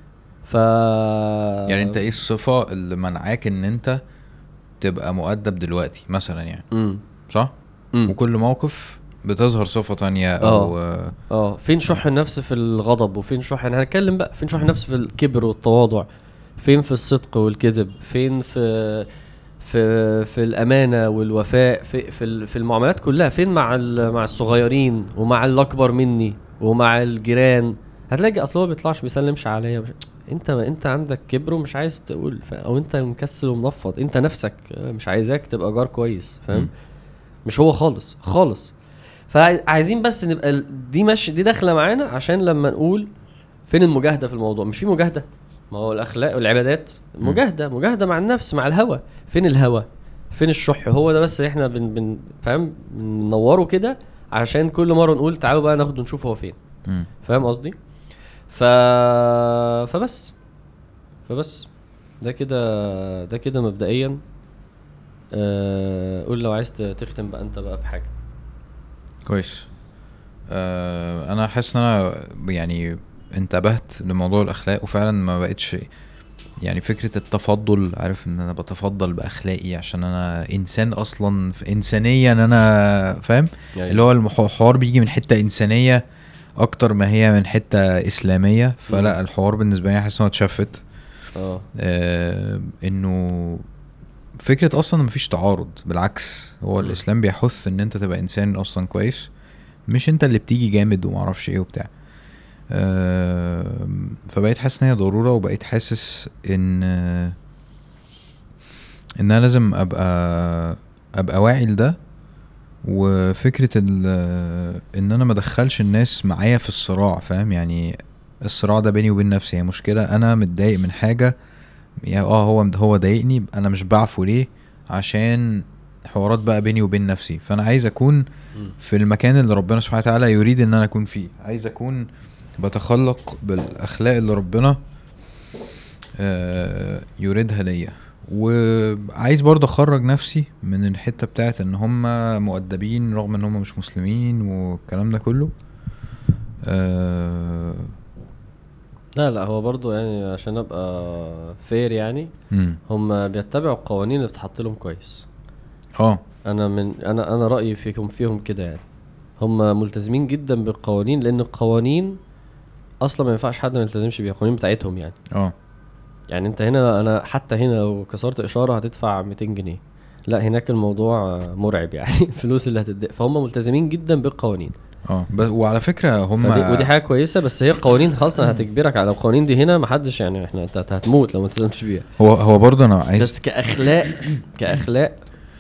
يعني انت ايه الصفة اللي منعاك ان انت تبقى مؤدب دلوقتي مثلا يعني؟ صح؟ وكل موقف بتظهر صفة تانية او فين شح النفس في الغضب؟ وفين شح هنتكلم بقى فين شح النفس في الكبر والتواضع؟ فين في الصدق والكذب؟ فين في الامانه والوفاء؟ في المعاملات كلها. فين مع الصغيرين ومع الاكبر مني ومع الجيران؟ هتلاقي اصلا هو بيطلعش بيسلمش عليا. انت عندك كبر ومش عايز تقول او انت مكسل ومنفض. انت نفسك مش عايزاك تبقى جار كويس. فاهم؟ مش هو خالص. فعايزين بس نبقى دي ماشي دي داخله معانا عشان لما نقول فين المجاهده في الموضوع. مش في مجاهده. ما هو الاخلاق والعبادات مجاهده مع النفس مع الهوى. فين الهوى؟ فين الشح؟ هو ده بس احنا فاهم بننوره كده عشان كل مره نقول تعالوا بقى ناخده نشوف هو فين. فاهم قصدي؟ فبس ده كده مبدئيا. قول لو عايز تختم بقى انت بقى بحاجه كويس. انا حاسس ان انا يعني انتبهت لموضوع الاخلاق وفعلا ما بقتش يعني فكرة التفضل. عارف ان انا بتفضل باخلاقي عشان انا انسان اصلا انسانيا انا فاهم يعني. اللي هو الحوار بيجي من حتة انسانية اكتر ما هي من حتة اسلامية. فلا الحوار بالنسبة لي حاسس انه اتشفت. انه فكرة اصلا مفيش تعارض. بالعكس هو الاسلام بيحث ان انت تبقى انسان اصلا كويس. مش انت اللي بتيجي جامد ومعرفش ايه وبتاع. فبقيت حاسس ان هي ضرورة. وبقيت حاسس ان انا لازم ابقى واعي لده. وفكرة ان انا ما ادخلش الناس معايا في الصراع. فاهم يعني؟ الصراع ده بيني وبين نفسي. هي مشكلة انا متضايق من حاجة يعني هو ضايقني. انا مش بعفو ليه؟ عشان حوارات بقى بيني وبين نفسي. فانا عايز اكون في المكان اللي ربنا سبحانه وتعالى يريد ان انا اكون فيه. عايز اكون بتخلق بالاخلاق اللي ربنا يريدها ليا. وعايز برضه اخرج نفسي من الحته بتاعت ان هم مؤدبين رغم ان هم مش مسلمين والكلام ده كله. لا هو برضو يعني عشان ابقى فير يعني هم بيتبعوا القوانين اللي بتحط لهم كويس. انا رايي فيهم كده يعني. هم ملتزمين جدا بالقوانين لان القوانين اصلا ما ينفعش حد ما يلتزمش بيها. القوانين بتاعتهم يعني يعني انت هنا انا حتى هنا لو كسرت اشاره هتدفع 200 جنيه. لا هناك الموضوع مرعب يعني. الفلوس اللي هتدفع. فهم ملتزمين جدا بالقوانين. وعلى فكره هم ودي حاجه كويسه. بس هي القوانين اصلا هتجبرك على القوانين دي. هنا ما حدش يعني انت هتموت لو ما التزمتش بيها. هو برضه انا عايز بس كاخلاق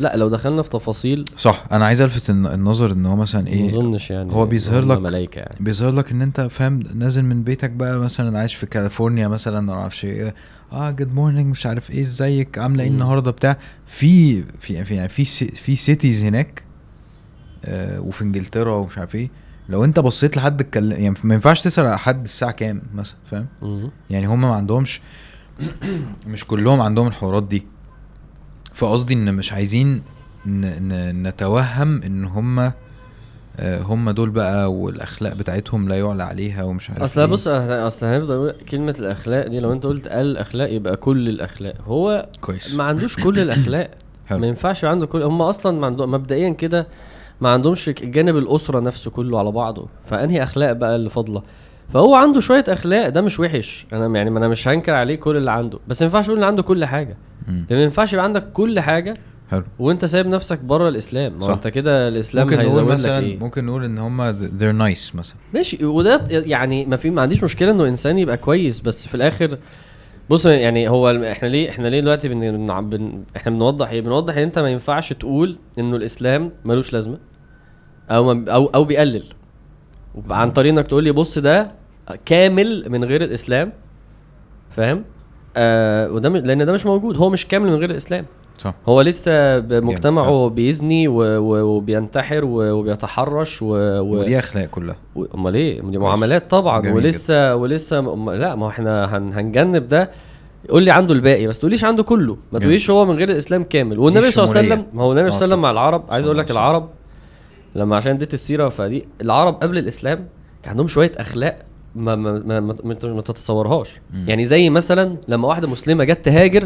لا لو دخلنا في تفاصيل صح. انا عايز الفت النظر ان هو مثلا ايه، ما اظنش يعني هو بيظهر لك ملايكه يعني، بيظهر لك ان انت فاهم نازل من بيتك بقى مثلا عايش في كاليفورنيا مثلا ما اعرفش ايه، جود مورنينج مش عارف ايه ازيك عامله ايه النهارده بتاع في يعني في سيتيز هناك وفي انجلترا ومش عارف ايه، لو انت بصيت لحد اتكلم يعني ما ينفعش تسأل حد الساعه كام مثلا فاهم. يعني هم ما عندهمش مش كلهم عندهم الحوارات دي. فقصدي ان مش عايزين نتوهم ان هم دول بقى والاخلاق بتاعتهم لا يعلى عليها ومش عارف اصل ايه. بص اصل هنفضل كلمه الاخلاق دي، لو انت قلت الاخلاق يبقى كل الاخلاق، هو كويس. ما عندوش كل الاخلاق. ما ينفعش عنده كل، هم اصلا ما عندهم مبدئيا كده ما عندهمش جانب الاسره نفسه كله على بعضه، فانهي اخلاق بقى اللي فاضله؟ فهو عنده شويه اخلاق، ده مش وحش، انا يعني ما انا مش هنكر عليه كل اللي عنده، بس ما ينفعش تقول ان عنده كل حاجه. ما ينفعش يبقى عندك كل حاجه حلو وانت سايب نفسك بره الاسلام. ما انت كده الاسلام ممكن هيزود نقول لك مثلا ايه؟ ممكن نقول ان هم they're nice مثلا، ماشي، وده يعني ما عنديش مشكله انه انسان يبقى كويس، بس في الاخر بص يعني هو احنا ليه دلوقتي احنا بنوضح ايه؟ بنوضح ان انت ما ينفعش تقول انه الاسلام ملوش لازمه او بيقلل عن طريق انك تقول لي بص ده كامل من غير الاسلام، فاهم؟ وده لان ده مش موجود، هو مش كامل من غير الاسلام. صح. هو لسه بمجتمعه بيزني وبينتحر وبيتحرش ودي اخلاق كلها. امال ايه؟ دي معاملات طبعا. ولسه لا ما هو احنا هنجنب ده. يقول لي عنده الباقي بس تقوليش عنده كله، ما تقوليش هو من غير الاسلام كامل. والنبي صلى الله عليه وسلم، ما هو النبي صلى الله عليه وسلم مع العرب، عايز اقول لك العرب لما عشان اديت السيره فدي، العرب قبل الاسلام كان عندهم شويه اخلاق ما تتصورهاش. يعني زي مثلا لما واحده مسلمه جت تهاجر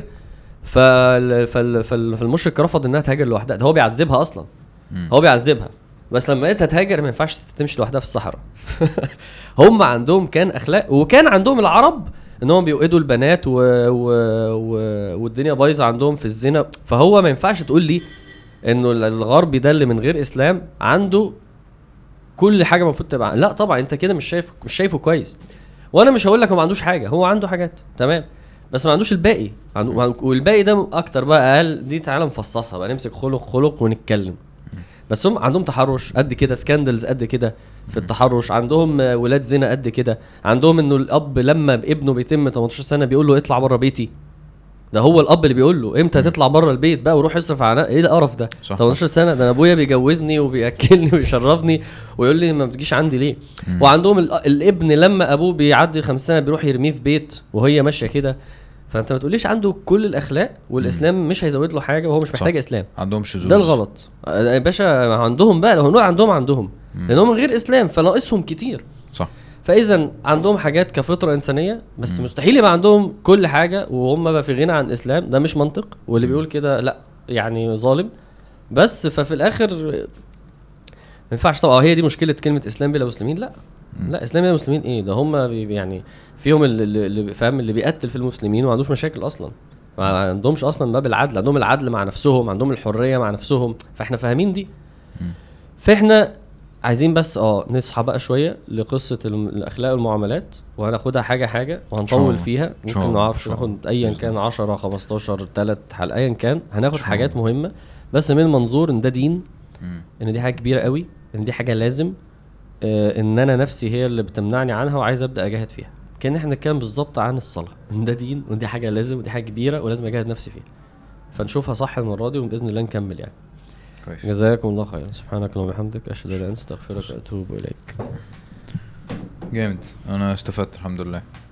فالمشرك رفض انها تهاجر لوحدها، ده هو بيعذبها اصلا. هو بيعذبها بس لما لقيتها تهاجر ما ينفعش تمشي لوحدها في الصحراء. هم عندهم كان اخلاق، وكان عندهم العرب انهم بيوقدوا البنات والدنيا بايظه عندهم في الزنا. فهو ما ينفعش تقول لي انه الغربي ده اللي من غير اسلام عنده كل حاجه المفروض تبقى. لا طبعا انت كده مش شايفه كويس. وانا مش هقول لك هو ما عندوش حاجه، هو عنده حاجات تمام بس ما عندوش الباقي. والباقي ده اكتر بقى اقل، دي تعالى نفصصها بقى، نمسك خلق ونتكلم. بس هم عندهم تحرش قد كده، سكاندلز قد كده في التحرش، عندهم ولاد زنا قد كده، عندهم انه الاب لما ابنه بيتم 18 سنه بيقول له اطلع بره بيتي. ده هو الاب اللي بيقول له امتى تطلع بره البيت بقى وروح اصرف على ايه القرف ده؟ 18 سنه ده انا ابويا بيجوزني وبياكلني ويشربني ويقول لي ما بتجيش عندي ليه. وعندهم الابن لما ابوه بيعدي 50 سنه بيروح يرميه في بيت وهي ماشيه كده. فانت ما تقوليش عنده كل الاخلاق والاسلام مش هيزود له حاجه وهو مش محتاج اسلام. عندهم شذوذ، ده الغلط يا باشا. عندهم بقى لو عندهم لانهم من غير اسلام فناقصهم كتير. صح. فاذا عندهم حاجات كفطره انسانيه بس مستحيل يبقى عندهم كل حاجه وهم بقى في غنى عن الاسلام. ده مش منطق، واللي بيقول كده لا يعني ظالم. بس ففي الاخر ما ينفعش طبعا. هي دي مشكله كلمه اسلام بلا مسلمين. لا اسلام بلا مسلمين ايه؟ ده هم يعني فيهم اللي فاهم اللي بيقتل في المسلمين وما عندوش مشاكل اصلا، ما عندهمش اصلا باب العدل، عندهم العدل مع نفسهم، عندهم الحريه مع نفسهم. فاحنا فاهمين دي. فاحنا عايزين بس نصحى بقى شويه لقصه الاخلاق والمعاملات، وهناخدها حاجه وهنطول فيها. ممكن نعرفش ناخد ايا كان 10 15 3 حلقات ايا كان، هناخد حاجات مهمه بس من منظور ان ده دين، ان دي حاجه كبيره قوي، ان دي حاجه لازم، ان انا نفسي هي اللي بتمنعني عنها وعايز ابدا اجاهد فيها. كان احنا بنتكلم بالظبط عن الصلاه، ان ده دين ودي حاجه لازم ودي حاجه كبيره ولازم اجاهد نفسي فيها. فنشوفها صح المره دي وباذن الله نكمل يعني. كويس. جزاكم الله خير. سبحانك اللهم وبحمدك اشهد ان لا اله الا انت استغفرك واتوب اليك. جامد. انا استفدت الحمد لله.